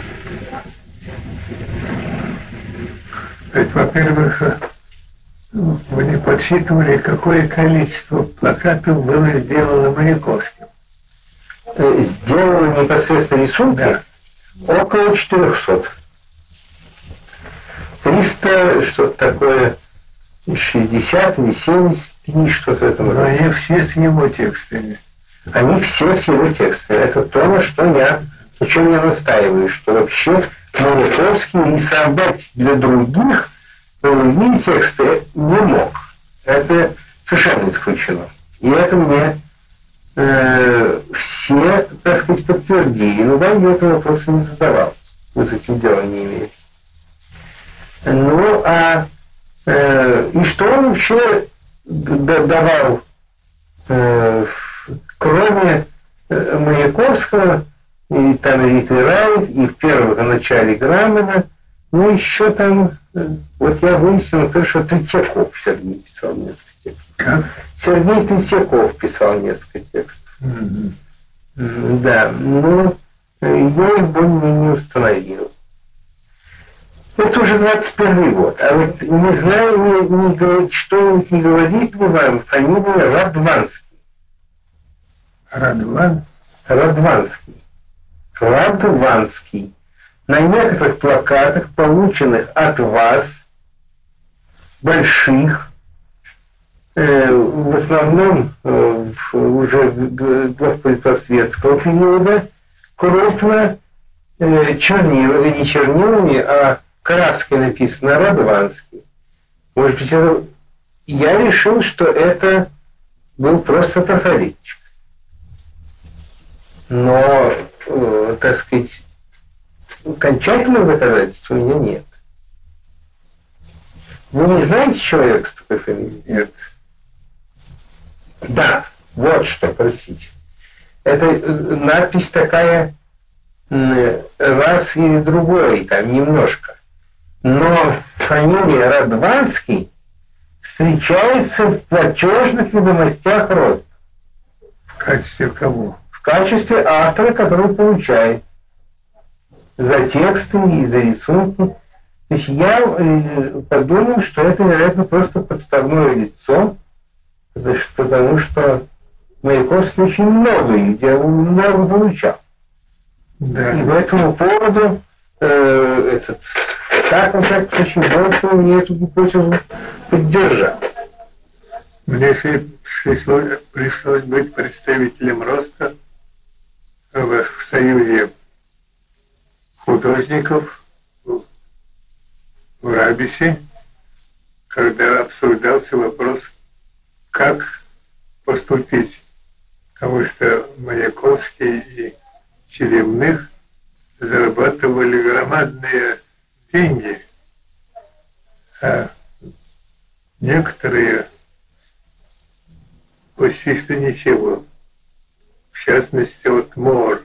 То есть, во-первых, вы не подсчитывали, какое количество плакатов было сделано Маяковским. Сделано непосредственно рисунки? Да. Около четырехсот. триста, что-то такое, шестьдесят или семьдесят три, что-то это. Но они все с его текстами. Они все с его текстами. Это то, на что я, на чем я настаиваю, что вообще Маяковский рисовать для других другие тексты не мог. Это совершенно исключено. И это мне э, все, так сказать, подтвердили. Но вам я этого вопроса не задавал. Вы с этим делом не имеете. Ну, а э, и что он вообще давал, э, кроме э, Маяковского, и там Риты Райт, и в первом начале Грамена, ну еще там, э, вот я выяснил, например, что Третьяков Сергей писал несколько текстов. Как? Сергей Третьяков писал несколько текстов. Mm-hmm. Да, но я их более не установил. Это уже двадцать первый год. А вот не знаю, не, не говорит, что-нибудь не говорит ли вам фамилия Радванский? Радван? Радванский. Радванский. На некоторых плакатах, полученных от вас, больших, э, в основном э, уже главпредпросветского периода, крупно э, чернилами, не чернилами, а краской написано Радванский. Может быть, это... я решил, что это был просто трафаретчик. Но, э, так сказать, окончательного доказательства у меня нет. Вы не знаете человека с такой фамилией? Нет. Да, вот что, простите. Это надпись такая, раз или другой, там немножко. Но фамилия Радванский встречается в платежных ведомостях роста. В качестве кого? В качестве автора, который получает за тексты и за рисунки. То есть я э, подумал, что это, вероятно, просто подставное лицо, потому что Маяковский очень много где много получал. Да. И по этому поводу э, этот, так он так очень больше мне эту гипотезу поддержал. Мне пришлось, пришлось быть представителем роста в, в Союзе художников в, в Рабисе, когда обсуждался вопрос, как поступить, потому что Маяковский и Черемных зарабатывали громадные деньги, а некоторые почти что ничего. В частности, вот Мор.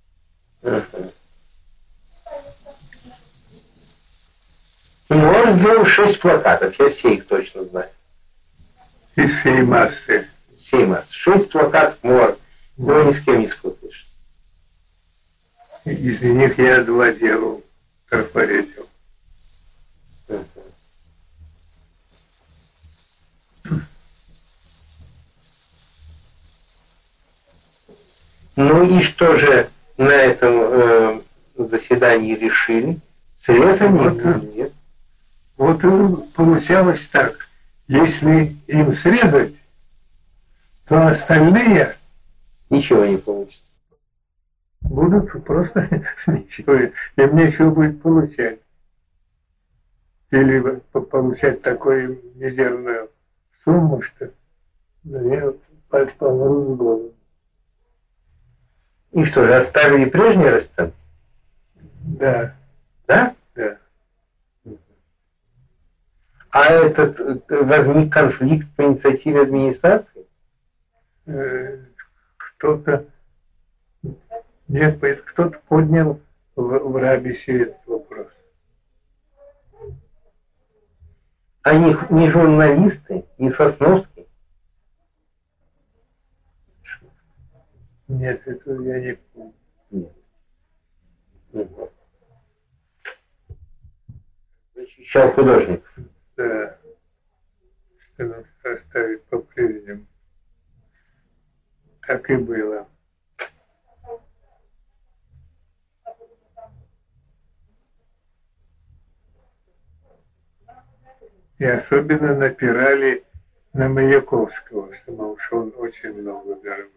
Мор сделал шесть плакатов, я все их точно знаю. Из всей массы. Всей массы. Шесть плакатов Мор. Его ни с кем не спутаешь. Из них я два делал, трафаретил. Ну и что же на этом э, заседании решили? Срез они Вот, или нет? Вот и получалось так. Если им срезать, то остальные Ничего не получится. будут просто ничего. Им нечего будет получать. Или получать такую мизерную сумму, что я помру с голоду. И что же, оставили прежние расценки? Да, Да? да. А этот э, возник конфликт по инициативе администрации? Э, Кто-то нет, кто-то поднял в, в Рабисе этот вопрос. А не, не журналисты, не Сосновский? Нет, это я не помню. Нет. Угу. Защищал художник. Да. Что надо оставить по-прежнему. Так и было. И особенно напирали на Маяковского, что, мол, что он очень много зарабатывает.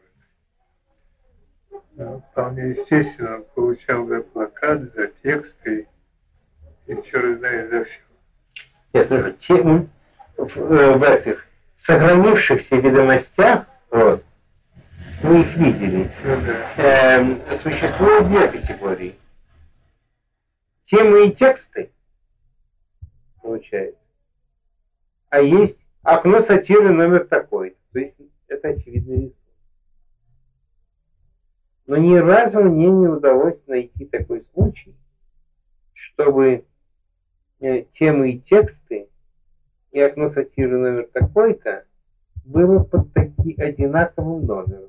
Но вполне естественно, он получал за плакат, за тексты и черт знает за все. Нет, ну, те, в, в этих сохранившихся ведомостях, вот, мы их видели, Ну, да. э, существуют две категории. Темы и тексты, получается. А есть окно сатиры номер такой. То есть это очевидно рисунок. Но ни разу мне не удалось найти такой случай, чтобы э, темы и тексты и окно сатиры номер такой-то было под таки одинаковым номером.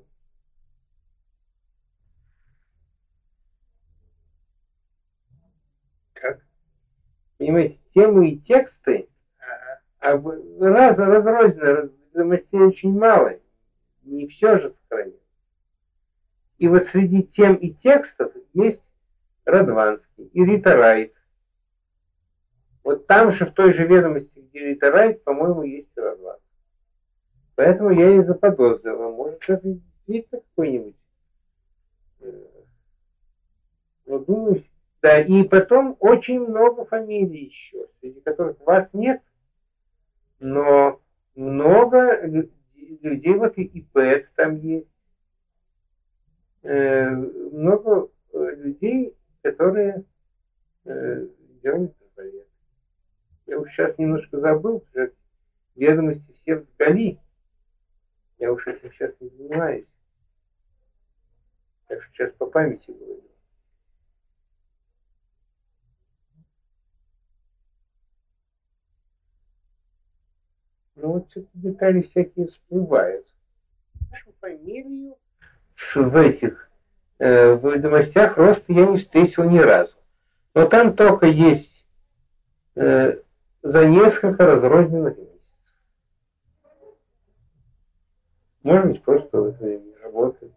Как? Понимаете, темы и тексты а, раз, разрознены, ведомостей очень мало. Не все же сохранено. И вот среди тем и текстов есть Радванский и Рита Райт. Вот там же, в той же ведомости, где Рита Райт, по-моему, есть Радванский. Поэтому я и заподозрила. Может, это действительно какой-нибудь... Ну, думаю, да. И потом очень много фамилий еще, среди которых вас нет, но много людей, вот и поэт там есть. Э, много людей, которые э, делают проект. Я уж сейчас немножко забыл, что ведомости все в Гали. Я уж этим сейчас не занимаюсь. Так что сейчас по памяти говорю. Ну вот что-то детали всякие всплывают. Нашу фамилию в этих э, в ведомостях роста я не встретил ни разу. Но там только есть э, за несколько разрозненных месяцев. Может быть, просто в это время не работает.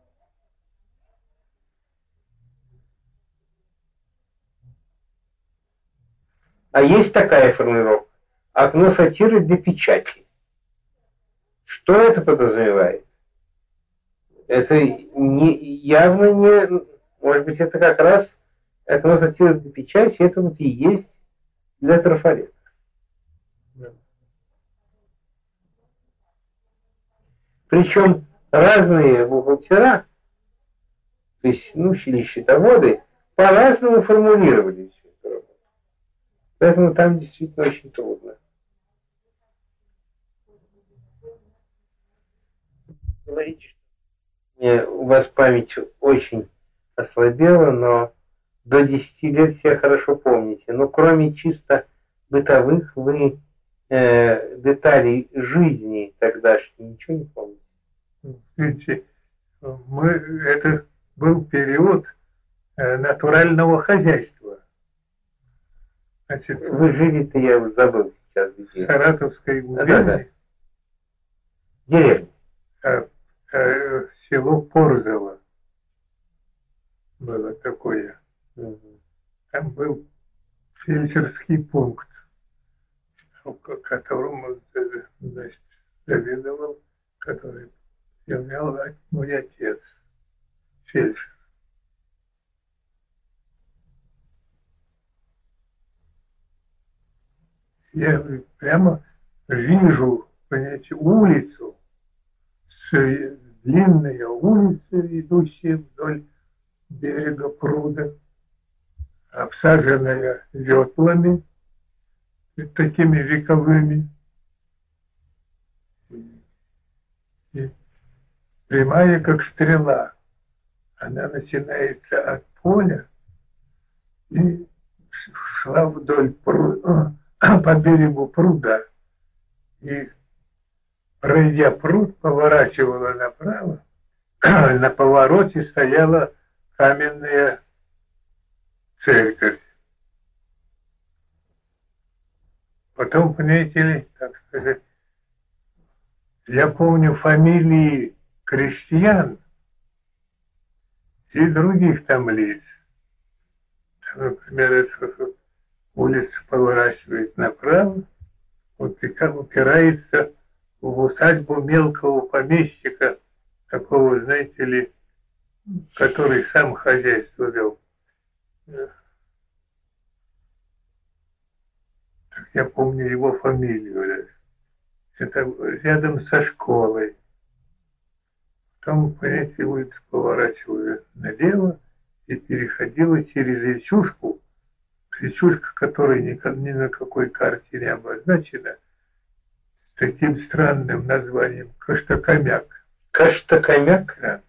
А есть такая формулировка. Окно сатиры для печати. Что это подразумевает? Это не, явно не... Может быть, это как раз окно сатиры для печати, это вот и есть для трафарета. Причем разные бухгалтера, то есть, ну, или счетоводы, по-разному формулировали всю эту работу. Поэтому там действительно очень трудно. Говорите, что у вас память очень ослабела, но до десяти лет все хорошо помните. Но кроме чисто бытовых, вы э, деталей жизни тогдашней ничего не помните. Видите, мы, это был период э, натурального хозяйства. Значит, вы жили-то, я уже забыл сейчас где. В Саратовской губернии. Да, да, да. Деревня. Э, э, село Порзово было такое. Угу. Там был фельдшерский пункт, которому, значит, заведовал, который являл мой отец, фельдшер. Я прямо вижу, понимаете, улицу, с длинная улица, идущая вдоль берега пруда, обсаженная ветлами, такими вековыми, и прямая, как стрела. Она начинается от поля и шла вдоль пруда, по берегу пруда. И, пройдя пруд, поворачивала направо. На повороте стояла каменная церковь. Потом, понимаете ли, так сказать, я помню фамилии крестьян и других там лиц. Например, эта улица поворачивает направо, вот и как упирается в усадьбу мелкого помещика, такого, знаете ли, который сам хозяйство вел. Я помню его фамилию. Это рядом со школой. Потом, понимаете, улица поворачивала налево и переходила через речушку, речушка, которая ни, ни на какой карте не обозначена, с таким странным названием Каштакамяк. Каштакамяк? Да.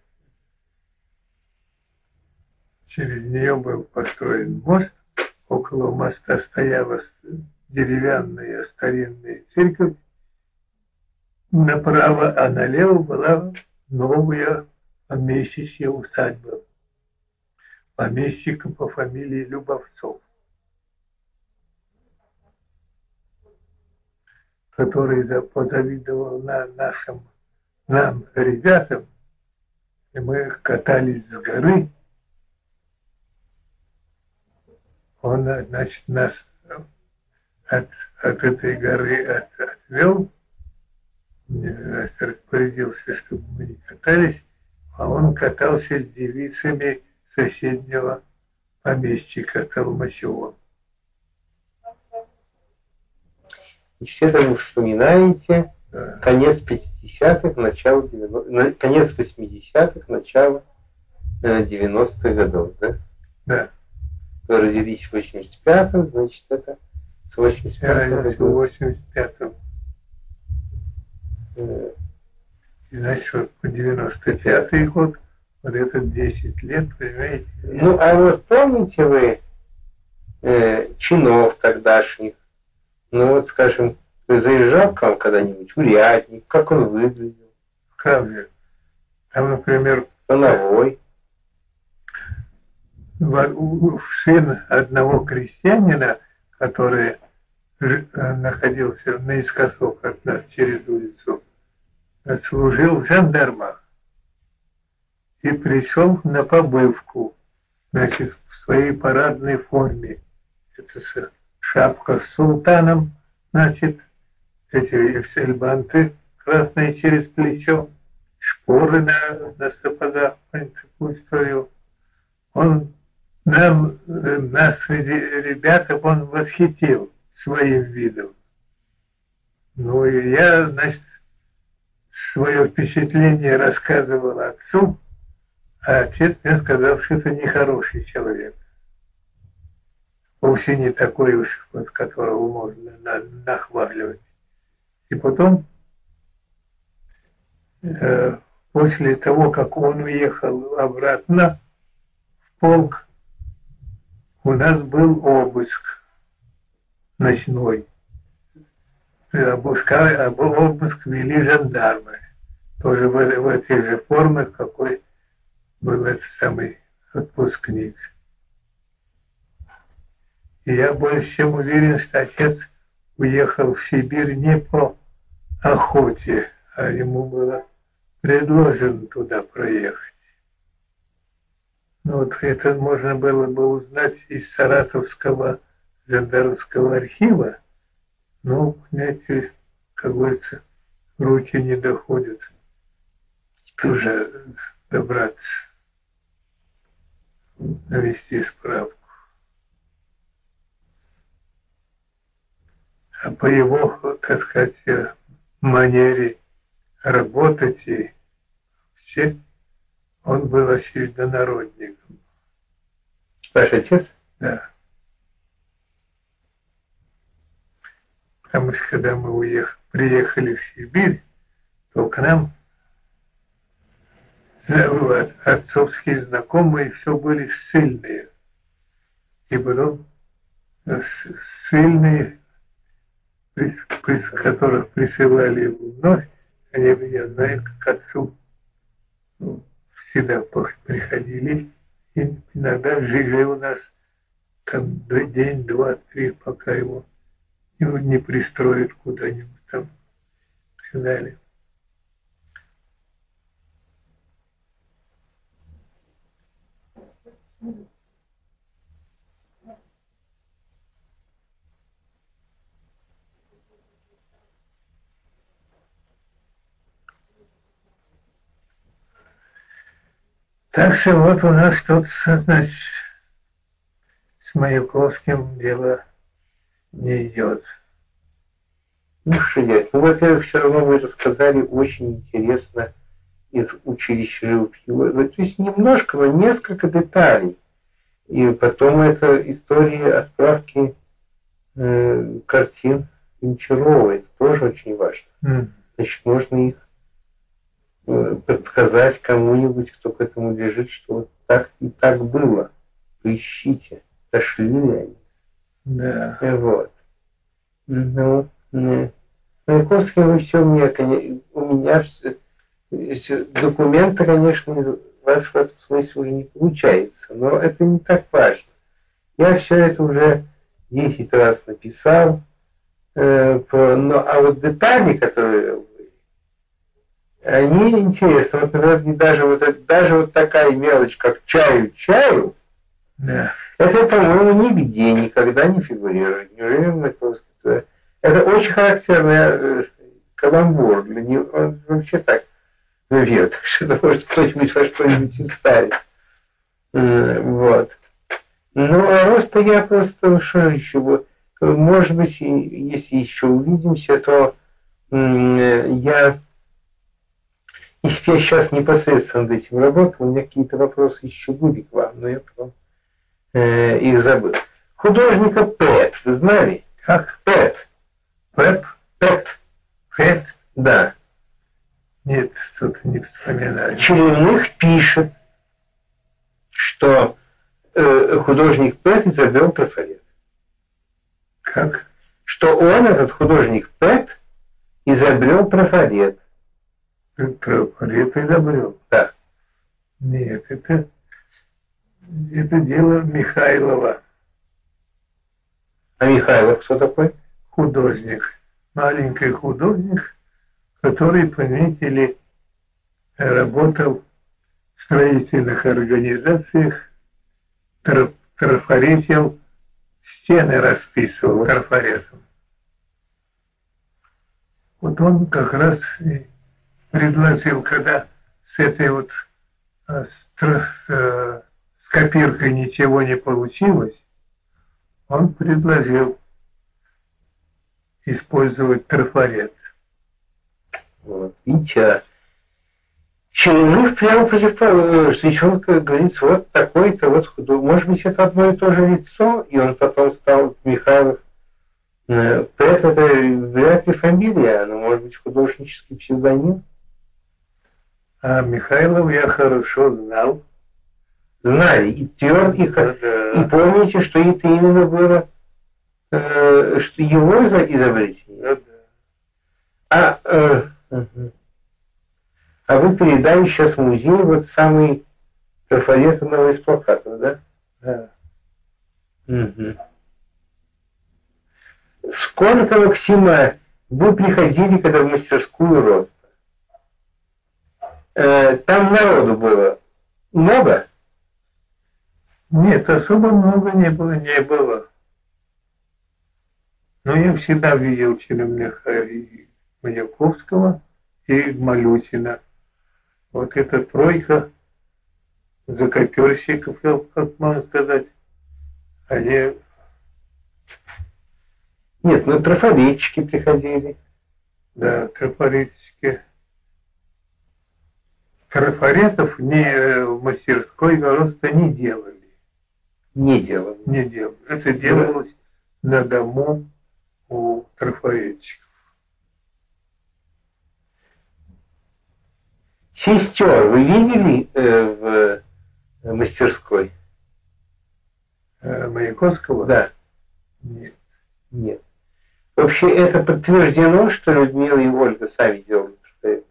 Через нее был построен мост. Около моста стояла деревянная старинная церковь. Направо, а налево была новая помещичья усадьба помещика по фамилии Любовцов. который позавидовал на нашим, нам, ребятам, и мы катались с горы. Он, значит, нас от, от этой горы от, отвел, распорядился, чтобы мы не катались, а он катался с девицами соседнего помещика Толмачева. Значит, это вы вспоминаете да. Конец пятидесятых, начало девяностых, конец восьмидесятых, начало девяностых годов, да? Да. Вы родились в восемьдесят пятом, значит, это с восемьдесят пятого. Я в восемьдесят пятом. И, значит, вот по девяносто пятый год, вот это десять лет, понимаете? Ну, а вот помните вы э, чинов тогдашних? Ну, вот, скажем, вы заезжал к вам когда-нибудь урядник, как он выглядел? Как же? Там, например, становой. Сын одного крестьянина, который находился наискосок от нас через улицу, служил в жандармах и пришел на побывку, значит, в своей парадной форме. Это шапка с султаном, значит, эти эксельбанты красные через плечо, шпоры на, на сапогах, такую историю. Он нам, нас, ребята, он восхитил своим видом. Ну и я, значит, свое впечатление рассказывал отцу, а отец мне сказал, что это нехороший человек. Вовсе не такой уж, вот, которого можно на, нахваливать. И потом, э, после того, как он уехал обратно в полк, у нас был обыск ночной. Обыскали, обыск вели жандармы. Тоже в, в этих же формах, какой был этот самый отпускник. И я больше чем уверен, что отец уехал в Сибирь не по охоте, а ему было предложено туда проехать. Ну, вот это можно было бы узнать из Саратовского жандармского архива, но, знаете, как говорится, руки не доходят уже добраться, навести справку. А по его, так сказать, манере работать и все, он был, очевидно, народником. Ваш отец? Да. Потому что когда мы уехали, приехали в Сибирь, то к нам отцовские знакомые все были ссыльные. И потом ссыльные, которых присылали вновь, они, я знаю, как отцу всегда приходили, и иногда жили у нас там день, два, три, пока его не пристроят куда-нибудь там и так далее. Так что вот у нас тут, значит, с Маяковским дело не идет. Ну, что делать? Ну, во-первых, все равно вы рассказали очень интересно из училища живописи. То есть немножко, но несколько деталей. И потом это история отправки э, картин Гончарова. Это тоже очень важно. Mm. Значит, можно их э, подсказать кому-нибудь, кто к этому лежит, что вот так и так было. Поищите, дошли ли они. Да. Yeah. Вот. Ну, не. Маяковский, ну все, мне, у меня все, документы, конечно, из вас в этом смысле уже не получается, но это не так важно. Я все это уже десять раз написал, Э, по, но, а вот детали, которые они интересны. Вот, например, даже вот, даже вот такая мелочь, как чаю-чаю, да. Это, по-моему, нигде никогда не фигурирует. Неужели Маяковский? Это очень характерный каламбур. Для него он вообще так вет, что может кто-нибудь во что-нибудь вставить. Вот. Ну, а роста я просто, что еще, может быть, если еще увидимся, то я, если я сейчас непосредственно над этим работал, у меня какие-то вопросы еще были к вам, но я потом э, их забыл. Художника Пэт, вы знали? Как? Пэт. Пэт? Пэт. Пэт? Да. Нет, что-то не вспоминаю. Черемных пишет, что э, художник Пэт изобрел трафарет. Как? Что он, этот художник Пэт, изобрел трафарет. Трафарет изобрел? Да. Нет, это, это дело Михайлова. А Михайлов кто такой? Художник. Маленький художник, который, понимаете ли, работал в строительных организациях, траф, трафаретил, стены расписывал трафаретом. Вот он как раз и предложил, когда с этой вот с, с, с копиркой ничего не получилось, он предложил использовать трафарет. Вот. Видите, Черемных прямо противоположно, ведь он, как говорится, вот такой-то вот художник. Может быть, это одно и то же лицо, и он потом стал Михайлов. Пэт это вряд ли фамилия, но может быть художнический псевдоним. А Михайлов я хорошо знал. Знали, и тверд, и, да. И помните, что это именно было, э, что его изобретение. Да. А, э, угу. А вы передали сейчас в музей вот самый трафарет одного из плакатов, да? Да. Угу. Сколько, Максима, вы приходили, когда в мастерскую роста? Э, там народу было много? Нет, особо много не было, не было. Но я всегда видел Черемных и Маяковского и Малютина. Вот эта тройка закоперщиков, как можно сказать, они... Нет, ну трафаретчики приходили. Да, трафаретчики. Трафаретов не в мастерской просто не делали. Не делали. Не делали. Это делалось да. На дому у трафаретчиков. Сестер вы видели э, в мастерской? Э, Маяковского? Да. Нет. Нет. Вообще это подтверждено, что Людмила и Ольга сами делали трафарет?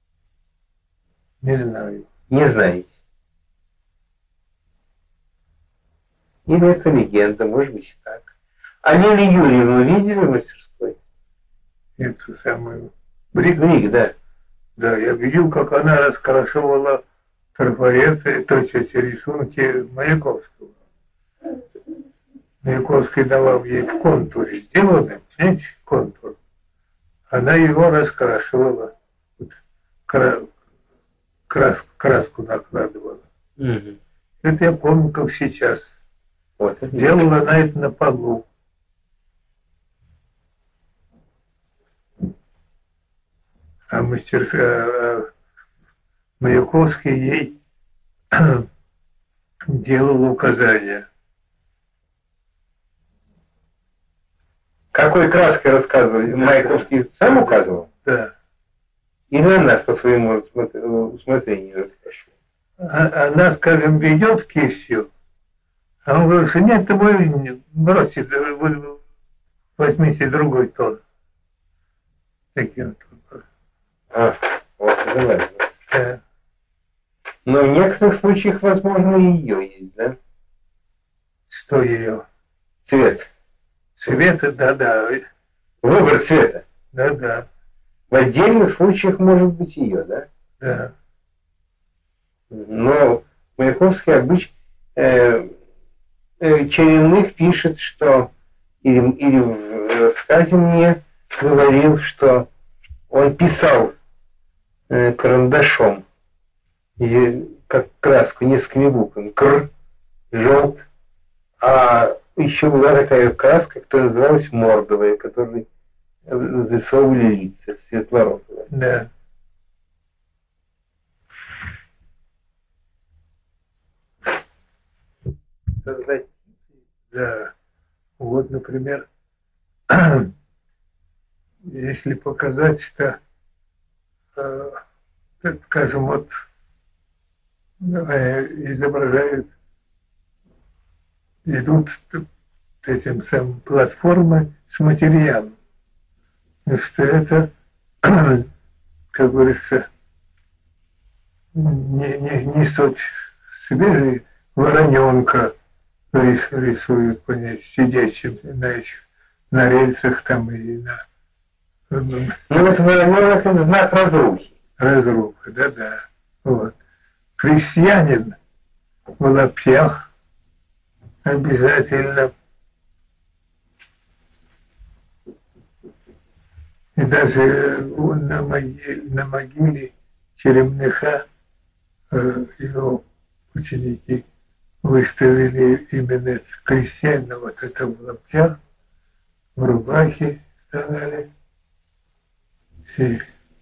Не знаю. Не знаете? Или это легенда, может быть, так. А Лилию Юрьевну видели в мастерской? Эту самую... Брик? Брик, да. Да, я видел, как она раскрашивала трафареты, то есть эти рисунки Маяковского. Маяковский давал ей в контуре сделанный, знаете, контур. Она его раскрашивала, вот, кра... краску, краску накладывала. Угу. Это я помню, как сейчас. Вот, делала она это на полу. А мастерская Маяковский ей делал указания. Какой краской рассказывали? Да, Маяковский да. Сам указывал? Да. Или она по своему усмотрению расспрашивала? А, она, скажем, ведет кистью, а он говорит, что нет, ты вы бросьте, вы возьмите другой тон. Таким тоном. А, вот, давай. Да. Но в некоторых случаях, возможно, и ее есть, да? Что ее? Цвет. Цвет, да-да. выбор цвета. Да, да. В отдельных случаях может быть ее, да? Да. Но Маяковский обычно э, э, Черемных пишет, что или, или в рассказе мне говорил, что он писал э, карандашом, и, как краску, несколькими буквами, кр, желт, а еще была такая краска, которая называлась мордовая, которой зарисовывали лица, светлорозовая. Да. Создать. Да. Вот, например, если показать, что, э, так скажем, вот э, изображают, идут этим самым платформы с материалом, что это, как говорится, не, не, не суть свежий вороненка рисуют, понять, сидящим на этих, на рельсах там и на... Ну вот вороненок — это знак разрухи. Разруха, да-да. Вот. Крестьянин в лаптях обязательно. И даже на могиле, на могиле Черемныха э, его ученики выставили именно крестьянина, вот это в лаптях, в рубахе сказали. И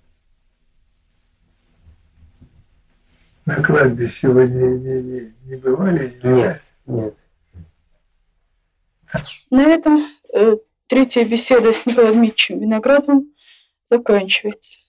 на кладбище вы не, не, не, не бывали? Нет, нет. На этом э, третья беседа с Николаем Дмитриевичем Виноградовым заканчивается.